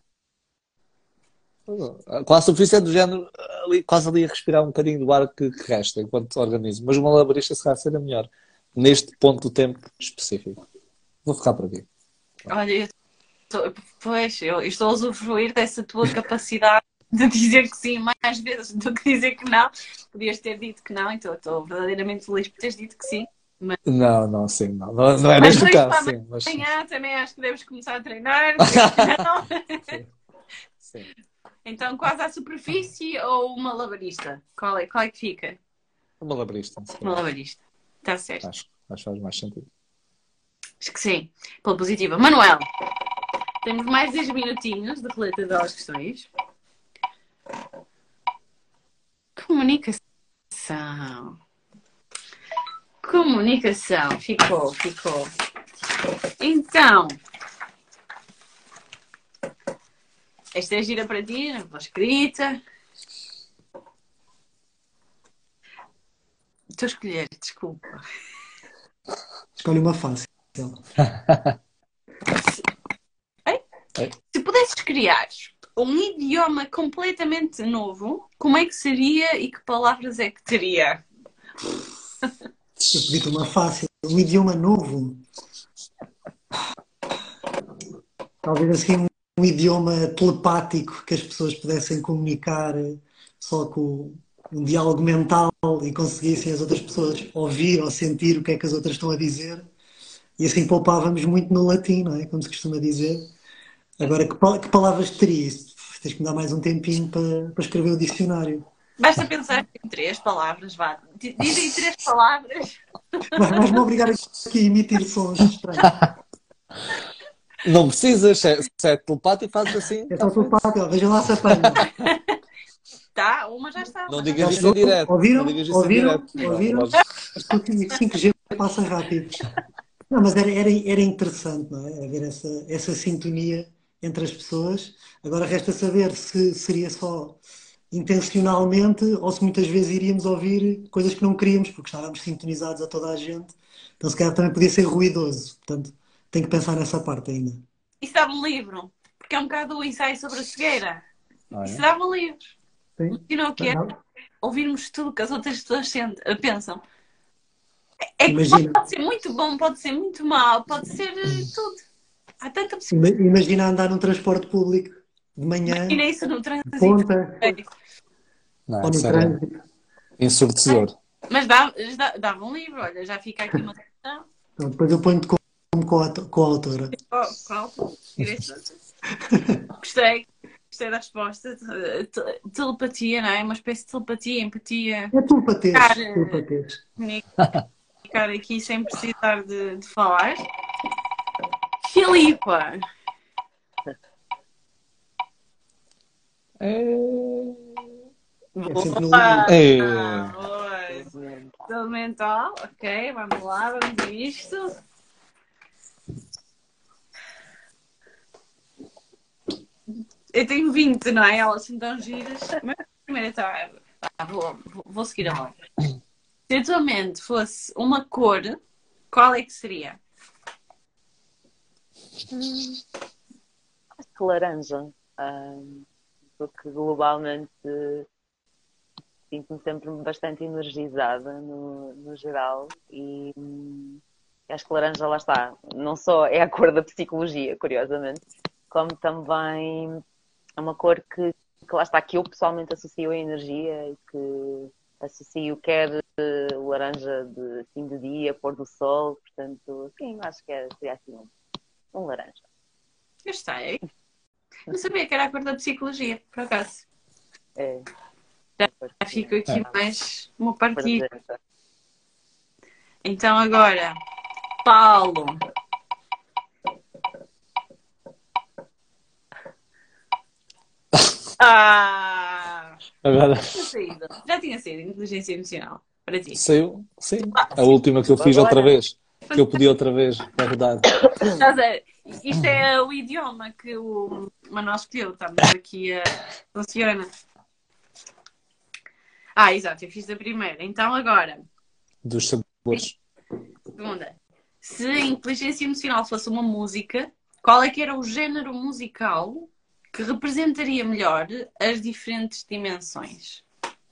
Quase a superfície é do género, ali, quase ali a respirar um bocadinho do ar que, que resta enquanto organismo. Mas o malabarista será ser a melhor neste ponto do tempo específico. Vou ficar por aqui. Olha, eu estou, pois, eu estou a usufruir dessa tua capacidade de dizer que sim mais vezes do que dizer que não. Podias ter dito que não, então estou verdadeiramente feliz por teres dito que sim. Mas, Não, não, sim, não. Não, não é mas neste hoje caso, para sim. Mas, amanhã também acho que deves começar a treinar. Dizer que não. sim, sim. Então, quase à superfície ou uma malabarista? Qual é, qual é que fica? Um malabarista, se calhar. Malabarista. Está certo. Acho, acho que faz mais sentido. Acho que sim. Pela positiva. Manuel, temos mais dez minutinhos de relata das questões. Comunicação. Comunicação. Ficou, ficou. Então, Esta é gira para ti, na voz escrita. Estou a escolher, desculpa. Escolhe uma fácil. Ei? Ei. Se pudesses criar um idioma completamente novo, como é que seria e que palavras é que teria? Eu pedi-te uma fácil. Um idioma novo. Talvez assim um, um idioma telepático que as pessoas pudessem comunicar só com um diálogo mental e conseguissem as outras pessoas ouvir ou sentir o que é que as outras estão a dizer. E assim poupávamos muito no latim, não é? Como se costuma dizer. Agora, que, pa- que palavras terias? Tens que me dar mais um tempinho para, para escrever o dicionário. Basta pensar em três palavras, vá. D- Dizem três palavras. Vai- Vais-me obrigar aqui a emitir sons estranhos. Não precisas, se é, se é telepático, fazes assim. É Tá só feito. telepático. Veja lá se apanha. Tá, uma já está. Não uma já digas está. isso em direto. Ouviram? Não digas isso em Ouviram? direto. Ouviram? Logo- Isto cinco G passa rápido. Não, mas era, era, era interessante, não é? Haver essa, essa sintonia entre as pessoas. Agora resta saber se seria só intencionalmente ou se muitas vezes iríamos ouvir coisas que não queríamos, porque estávamos sintonizados a toda a gente. Então se calhar também podia ser ruidoso. Portanto, tenho que pensar nessa parte ainda. Isso dava um livro, porque é um bocado o ensaio sobre a cegueira. Ah, Isso é? dava um livro. Sim? Imagina o que é Não? ouvirmos tudo que as outras pessoas sent- pensam. É que Imagina, pode ser muito bom, pode ser muito mau, pode ser eh, tudo. Há tanta pessoa ima- imagina andar num transporte público de manhã, que imagina isso no de trânsito. ponta, Não, ou no isso era trânsito. ensurdecedor. Mas dava, dá- dava um livro, olha, já fica aqui uma questão. Então, depois eu ponho-te como co- co-autora. Oh, qual? Direito. Gostei, gostei da resposta. Te- te- Telepatia, não é? Uma espécie de telepatia, empatia, É telepatês, Cara. telepatês. comunicar aqui sem precisar de, de falar. Filipa, É... É sempre no boa! limite. É... Boa. Saúde mental, ok, vamos lá, vamos a isto. Eu tenho vinte, não é? Elas são tão giras. Mas primeiro está. Ah, vou, vou, vou seguir a ordem. Se a tua mente fosse uma cor, qual é que seria? Acho que laranja. Ahm, porque globalmente sinto-me sempre bastante energizada no, no geral e hum, acho que laranja lá está. Não só é a cor da psicologia, curiosamente, como também é uma cor que, que lá está, que eu pessoalmente associo a energia e que associo quer eh, o laranja de fim de dia, pôr do sol, portanto, sim, acho que é, seria assim um, um laranja. Gostei. Não sabia que era a cor da psicologia, por acaso. É. Já fico aqui É. mais uma partida. Representa. Então agora, Paulo. Ah! Agora Tinha saído. Já tinha saído inteligência emocional para ti. saiu, sim. A última que eu fiz outra vez. Que eu pedi outra vez para rodar. Estás a ver? Isto é o idioma que o Manuel escolheu. Estamos aqui a. Funciona. Ah, exato, eu fiz a primeira. Então agora, Dos sabores. segunda. Se a inteligência emocional fosse uma música, qual é que era o género musical que representaria melhor as diferentes dimensões?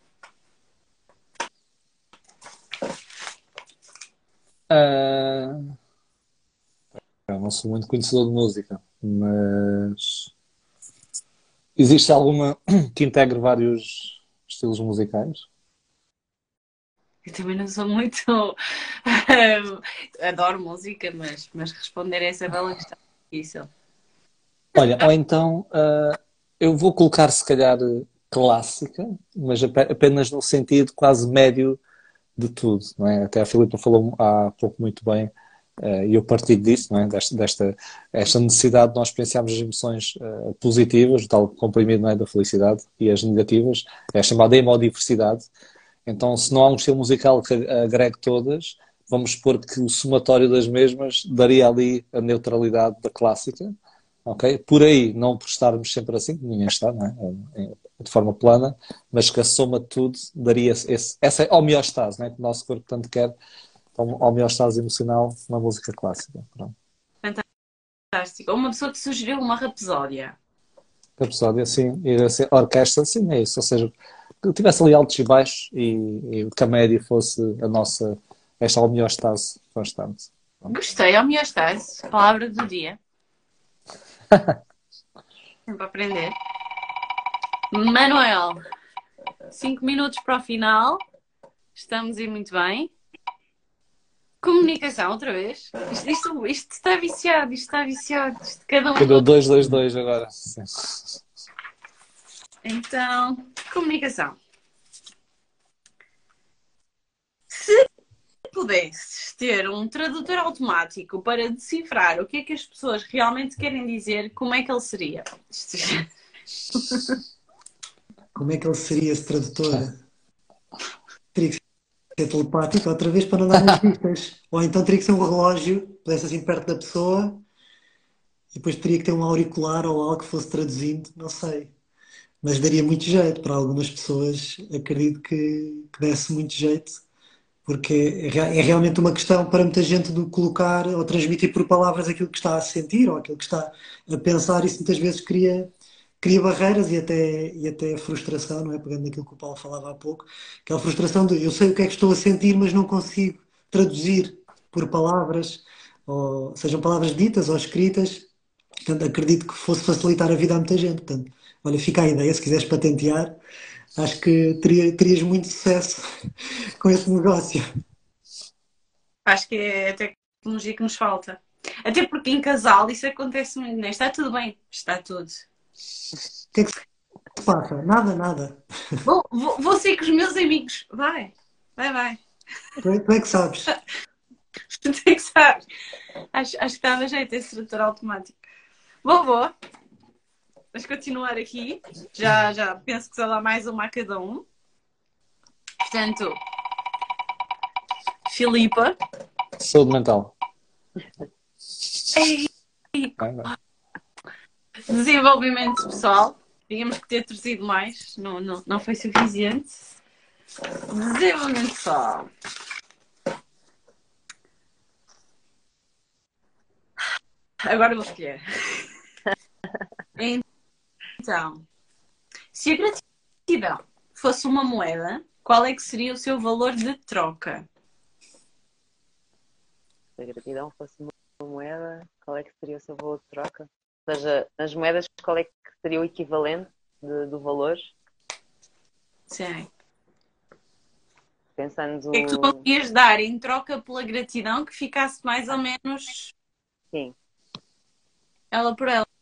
Ah, eu não sou muito conhecedor de música, mas existe alguma que integre vários estilos musicais? Eu também não sou muito. Adoro música, mas, mas responder a essa bela questão é difícil. Olha, ou então ah, eu vou colocar se calhar clássica, mas ape- apenas no sentido quase médio de tudo, não é? Até a Filipa falou há pouco muito bem, eh, e eu partilho disso, não é? Desta, desta esta necessidade de nós experienciarmos as emoções eh, positivas, o tal comprimido, não é? Da felicidade, e as negativas, é a chamada hemodiversidade. Então, se não há um estilo musical que agregue todas, vamos supor que o somatório das mesmas daria ali a neutralidade da clássica, ok? Por aí, não por estarmos sempre assim, ninguém está, não é? De forma plana, mas que a soma de tudo daria esse, essa homeostase, não é? Que o nosso corpo tanto quer, então, homeostase emocional na música clássica. Pronto. Fantástico. Uma pessoa que sugeriu uma rapsódia. Episódio assim, e assim, a orquestra, sim, é isso. Ou seja, que tivesse ali altos e baixos e, e que a média fosse a nossa, esta homeostase constante. Gostei, homeostase, palavra do dia. Sempre a aprender. Manuel, cinco minutos para o final. Estamos a ir muito bem. Comunicação, outra vez. Isto, isto, isto está viciado, isto está viciado. Isto, cada um. Cadê dois, dois, dois agora? Sim. Então, comunicação. Se pudesses ter um tradutor automático para decifrar o que é que as pessoas realmente querem dizer, como é que ele seria? Como é que ele seria esse tradutor? Teria que ser telepático outra vez para não dar as pistas. Ou então teria que ser um relógio, pudesse assim perto da pessoa, e depois teria que ter um auricular ou algo que fosse traduzindo, não sei. Mas daria muito jeito para algumas pessoas, acredito que, que desse muito jeito, porque é, rea- é realmente uma questão para muita gente de colocar ou transmitir por palavras aquilo que está a sentir ou aquilo que está a pensar. Isso muitas vezes cria, cria barreiras e até, e até frustração, não é? Pegando naquilo que o Paulo falava há pouco, aquela frustração de eu sei o que é que estou a sentir, mas não consigo traduzir por palavras, ou sejam palavras ditas ou escritas. Portanto, acredito que fosse facilitar a vida a muita gente. Portanto, olha, fica a ideia, se quiseres patentear, acho que teria, terias muito sucesso com esse negócio. Acho que é a tecnologia que nos falta. Até porque em casal isso acontece muito, não é? Está tudo bem, está tudo. O que é que se passa? Nada, nada. Vou, vou, vou sair com os meus amigos. Vai, vai, vai. Tu é, tu é que sabes. Tu é que sabes. Acho, acho que dava jeito esse tradutor automático. Vou, vou. Vamos continuar aqui. Já, já penso que só dá mais uma a cada um. Portanto, Filipa. Saúde mental. Ei, Vai, vai. desenvolvimento pessoal. Tínhamos que ter trazido mais. Não, não, não foi suficiente. Desenvolvimento pessoal. Agora vou escolher. Então, se a gratidão fosse uma moeda, qual é que seria o seu valor de troca? Se a gratidão fosse uma moeda, qual é que seria o seu valor de troca? Ou seja, nas moedas, qual é que seria o equivalente de- do valor? Sim. Pensando. O que é que tu conseguias dar em troca pela gratidão que ficasse mais ou menos Sim. ela por ela?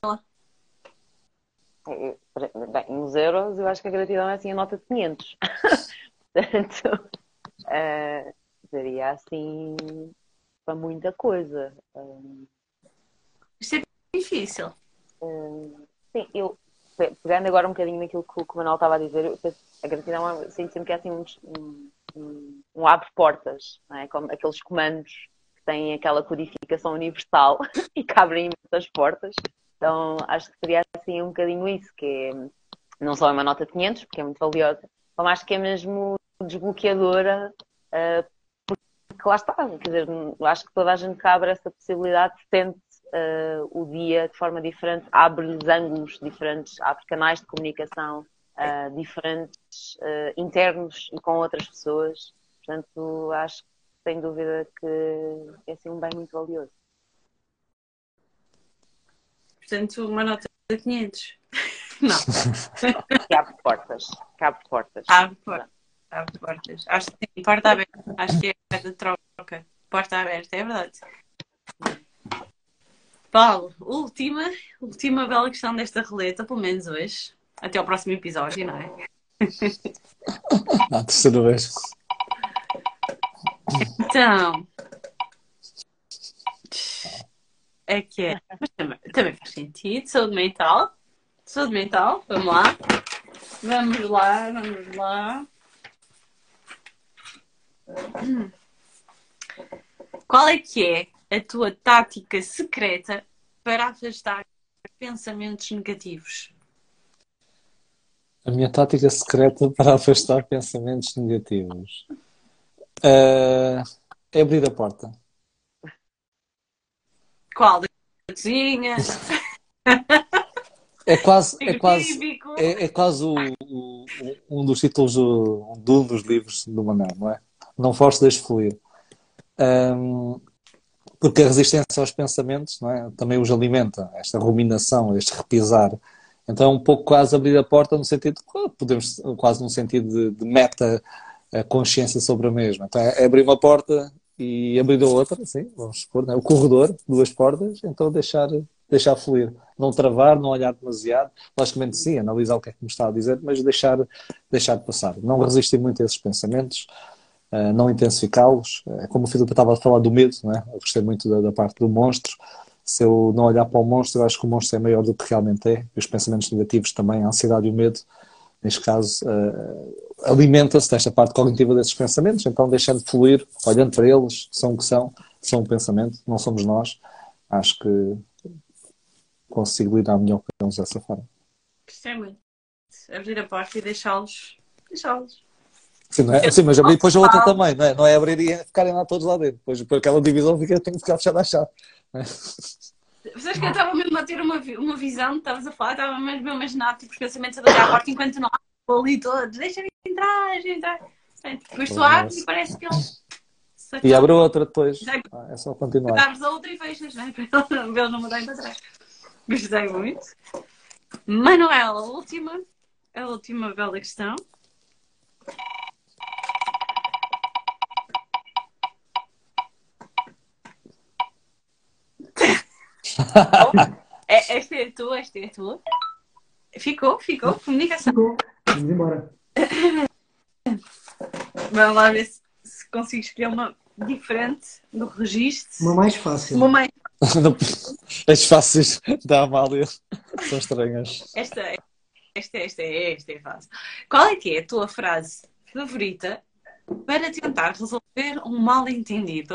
Eh, Bem, nos euros, eu acho que a gratidão é assim a nota de quinhentos. Portanto, eh, seria assim para muita coisa. Hum, Isto é difícil. hum, sim, eu pe- pegando agora um bocadinho naquilo que o que o Manuel estava a dizer, eu penso, a gratidão é- sinto sempre que é assim um, um, um- um abre-portas, não é? Como aqueles comandos que têm aquela codificação universal e que abrem imensas portas. Então acho que seria assim um bocadinho isso, que é, não só é uma nota de quinhentos, porque é muito valiosa, como acho que é mesmo desbloqueadora, uh, porque lá está, quer dizer, eu acho que toda a gente que abre essa possibilidade sente uh, o dia de forma diferente, abre-lhes ângulos diferentes, abre canais de comunicação uh, diferentes, uh, internos e com outras pessoas. Portanto, acho que sem dúvida que é assim um bem muito valioso. Portanto, uma nota de quinhentos. Não. Que abre portas. Que abre portas. Abre portas. Abre portas. Acho que sim, porta aberta. Acho que é a de troca. Porta aberta, é verdade. Paulo, última, última bela questão desta roleta, pelo menos hoje. Até ao próximo episódio, não é? Ah, terceira vez. Então. É que é. Mas também, também faz sentido. Saúde mental. Saúde mental. Vamos lá. Vamos lá, vamos lá. Hum. Qual é que é a tua tática secreta para afastar pensamentos negativos? A minha tática secreta para afastar pensamentos negativos uh, é abrir a porta. Qual? Da cozinha? É quase, é quase, Frigorífico? é, é quase o, o- um dos títulos do, de um dos livros do Manel, não é? Não force, deixe fluir. Um, porque a resistência aos pensamentos, não é? Também os alimenta, esta ruminação, este repisar. Então é um pouco quase abrir a porta no sentido, podemos, quase num sentido de, de meta a consciência sobre a mesma. Então é abrir uma porta e abrir a outra, sim, vamos supor, não é? O corredor, duas portas, então deixar, deixar fluir. Não travar, não olhar demasiado. Logicamente sim, analisar o que é que me está a dizer, mas deixar, deixar passar. Não resistir muito a esses pensamentos, uh, não intensificá-los. É como o Filipe estava a falar do medo, não é? Eu gostei muito da, da parte do monstro. Se eu não olhar para o monstro, eu acho que o monstro é maior do que realmente é. E os pensamentos negativos também, a ansiedade e o medo, neste caso, uh, alimenta-se desta parte cognitiva desses pensamentos, então deixando fluir, olhando para eles, são o que são, são um pensamento, não somos nós. Acho que consigo lidar melhor com eles dessa forma. Gostei muito. Abrir a porta e deixá-los. Deixá-los. Sim, não é? Sim, mas abrir depois a outra também, não é? Não é abrir e ficarem lá todos lá dentro. Depois, depois aquela divisão fica, tem que ficar fechada à chave. Não é? Vocês que eu estava mesmo a ter uma, vi- uma visão, estavas a falar, estava mesmo a imaginar tipo, os pensamentos a bater à porta enquanto não há ali todos. Deixa-me entrar, deixa-me entrar. Depois tu abres e parece que ele se E acalma. abre outra depois. Já Ah, é só continuar. abres a outra e fechas, não é? Para ele para ele não mudarem para trás. Gostei muito. Manuela, a última, a última bela questão. É, esta é a tua, esta é a tua. Ficou, ficou. Comunicação. Ficou. Vamos embora. Vamos lá ver se, se consigo escolher uma diferente do registro. Uma mais fácil. Uma mais. Não- As faces da Amália são estranhas. Esta, é- esta, é- esta, é, esta é fácil. Qual é que é a tua frase favorita para tentar resolver um mal-entendido?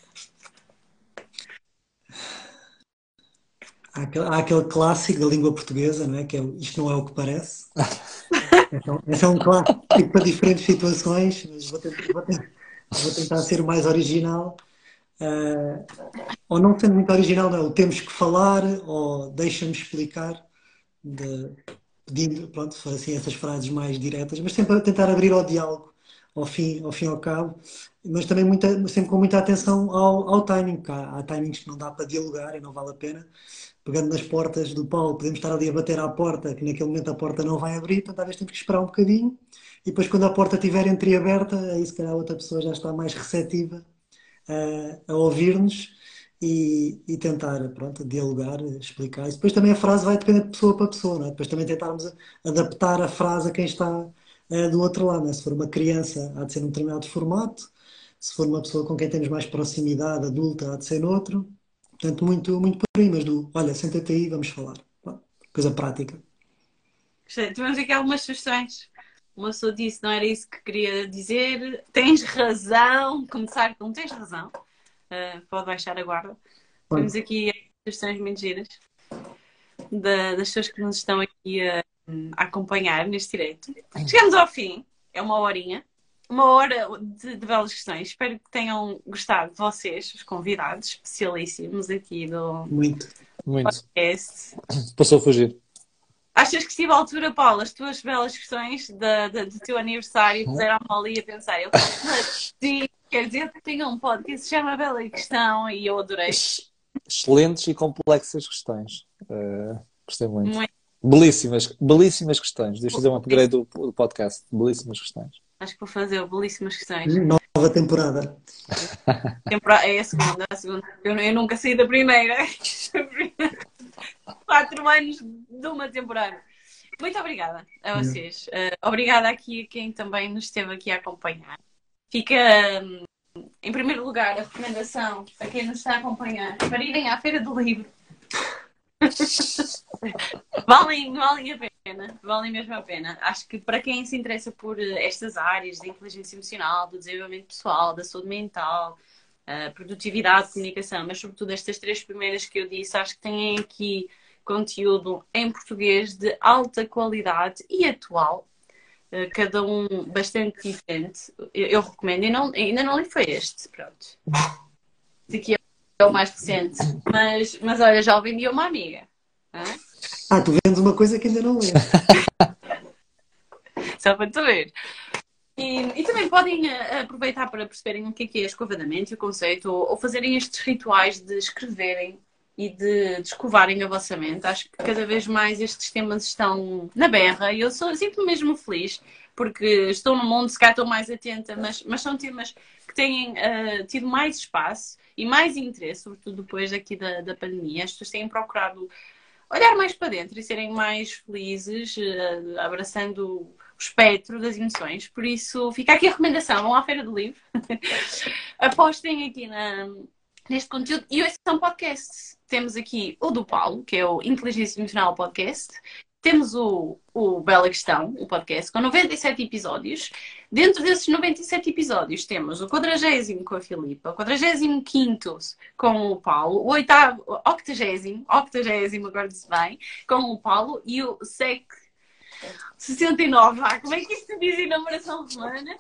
Há aquele, há aquele clássico da língua portuguesa, não é? Que é o isto não é o que parece. Então, esse é um clássico para diferentes situações, mas vou tentar, vou tentar, vou tentar ser o mais original. Ah, ou não sendo muito original, não é? O temos que falar, ou deixa-me explicar, de- pedindo, pronto, se for assim, essas frases mais diretas, mas sempre a tentar abrir ao diálogo, ao fim, ao fim e ao cabo, mas também muita, sempre com muita atenção ao, ao timing, porque há, há timings que não dá para dialogar e não vale a pena. Pegando nas portas do Paulo, podemos estar ali a bater à porta, que naquele momento a porta não vai abrir, portanto, às vezes temos que esperar um bocadinho, e depois quando a porta estiver entreaberta, aí se calhar a outra pessoa já está mais receptiva a, a ouvir-nos e, e tentar, pronto, dialogar, explicar. E depois também a frase vai depender de pessoa para pessoa, não é? Depois também tentarmos adaptar a frase a quem está eh, do outro lado, não é? Se for uma criança, há de ser num determinado formato, se for uma pessoa com quem temos mais proximidade, adulta, há de ser noutro. Portanto, muito, muito por aí, mas do, olha, senta-te aí, vamos falar. Pronto, coisa prática. Gostei. Tivemos aqui algumas sugestões. Uma pessoa disse não era isso que queria dizer. Tens razão. Começar com tens razão. Uh, pode baixar a guarda. Temos aqui sugestões muito giras da- das pessoas que nos estão aqui a, a acompanhar neste direito. Chegamos ao fim. É uma horinha. Uma hora de, de belas questões. Espero que tenham gostado de vocês, os convidados especialíssimos aqui do Muito. Muito. podcast. Passou a fugir. Achas que estive à altura, Paulo, as tuas belas questões da, da- do teu aniversário puseram-me ali a pensar, eu mas, sim, quer dizer que tenho um podcast que se chama Bela Questão e eu adorei. Ex- Excelentes e complexas questões. Uh, gostei muito. Muito. Belíssimas, belíssimas questões. Deixa eu fazer um upgrade do, do podcast. Belíssimas questões. Acho que vou fazer belíssimas questões. Nova temporada. Tempora- É a segunda, a segunda. Eu, eu nunca saí da primeira. Quatro anos de uma temporada. Muito obrigada a vocês. Uh, obrigada aqui a quem também nos esteve aqui a acompanhar. Fica, hum, em primeiro lugar, a recomendação a quem nos está a acompanhar para irem à Feira do Livro. valem, valem a pena, valem mesmo a pena. Acho que para quem se interessa por eh, estas áreas da inteligência emocional, do desenvolvimento pessoal, da saúde mental, uh, produtividade, comunicação, mas sobretudo estas três primeiras que eu disse, acho que têm aqui conteúdo em português de alta qualidade e atual, uh, cada um bastante diferente. Eu, eu recomendo, e não, ainda não li foi este, pronto. Este aqui é o mais recente, mas, mas olha, já o vendi a uma amiga. Hã? Ah, tu vendes uma coisa que ainda não lês. Só para tu ver. E, e também podem uh, aproveitar para perceberem o que é que é a escova da mente, o conceito, ou, ou fazerem estes rituais de escreverem e de, de escovarem a vossa mente. Acho que cada vez mais estes temas estão na berra e eu sou, sinto-me mesmo feliz porque estou no mundo, se calhar estou mais atenta, mas, mas são temas que têm uh, tido mais espaço e mais interesse, sobretudo depois aqui da, da pandemia. As pessoas têm procurado olhar mais para dentro e serem mais felizes, uh, abraçando o espectro das emoções. Por isso, fica aqui a recomendação. Vão à Feira do Livro. Apostem aqui na, neste conteúdo. E esses são podcasts. Temos aqui o do Paulo, que é o Inteligência Emocional Podcast. Temos o, o Bela Questão, o podcast, com noventa e sete episódios. Dentro desses noventa e sete episódios temos o quadragésimo com a Filipa, o quadragésimo quinto com o Paulo, o oitavo, octagésimo, octagésimo, agora se bem, com o Paulo e o sec sessenta e nove. Ah, como é que isto se diz em numeração romana?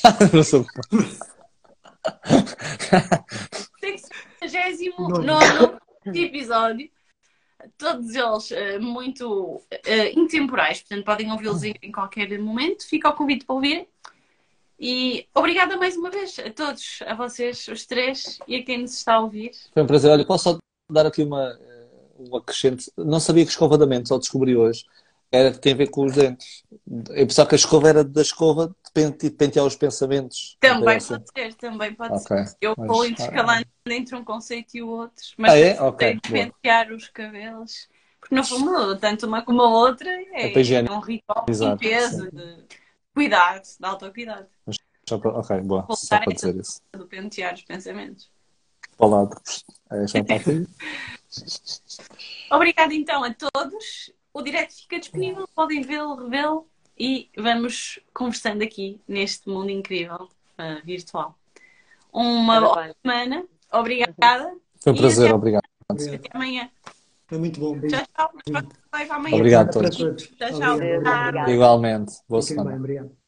sexagésimo nono episódio. Todos eles uh, muito uh, intemporais, portanto podem ouvi-los em, em qualquer momento. Fica o convite para ouvirem. E obrigada mais uma vez a todos, a vocês, os três, e a quem nos está a ouvir. Foi um prazer. Olha, posso só dar aqui uma, uma acrescente? Não sabia que escova da mente, só descobri hoje. Era que tem a ver com os dentes. Eu pensava que a escova era da escova de pentear os pensamentos. Também pode ser, também pode okay. ser. Eu Mas, vou intercalando ah, entre um conceito e o outro. Mas ah, é? Okay. de pentear os cabelos. Porque no fundo, tanto uma como a outra é, é, é um ritual de limpeza, de cuidado, de autocuidado. Mas, só para, ok, boa. Voltar só para dizer isso. Do pentear os pensamentos. Para o lado. É, já está aqui. Obrigada então a todos. O direto fica disponível, podem vê-lo, revê-lo e vamos conversando aqui neste mundo incrível uh, virtual. Uma boa semana, obrigada. Foi um prazer, até, obrigado. Até amanhã. Foi muito bom. Beijo. Tchau, tchau. Mas para amanhã. Obrigado a todos. Tchau, tchau. Obrigado. Igualmente. Boa semana. Bem, obrigado.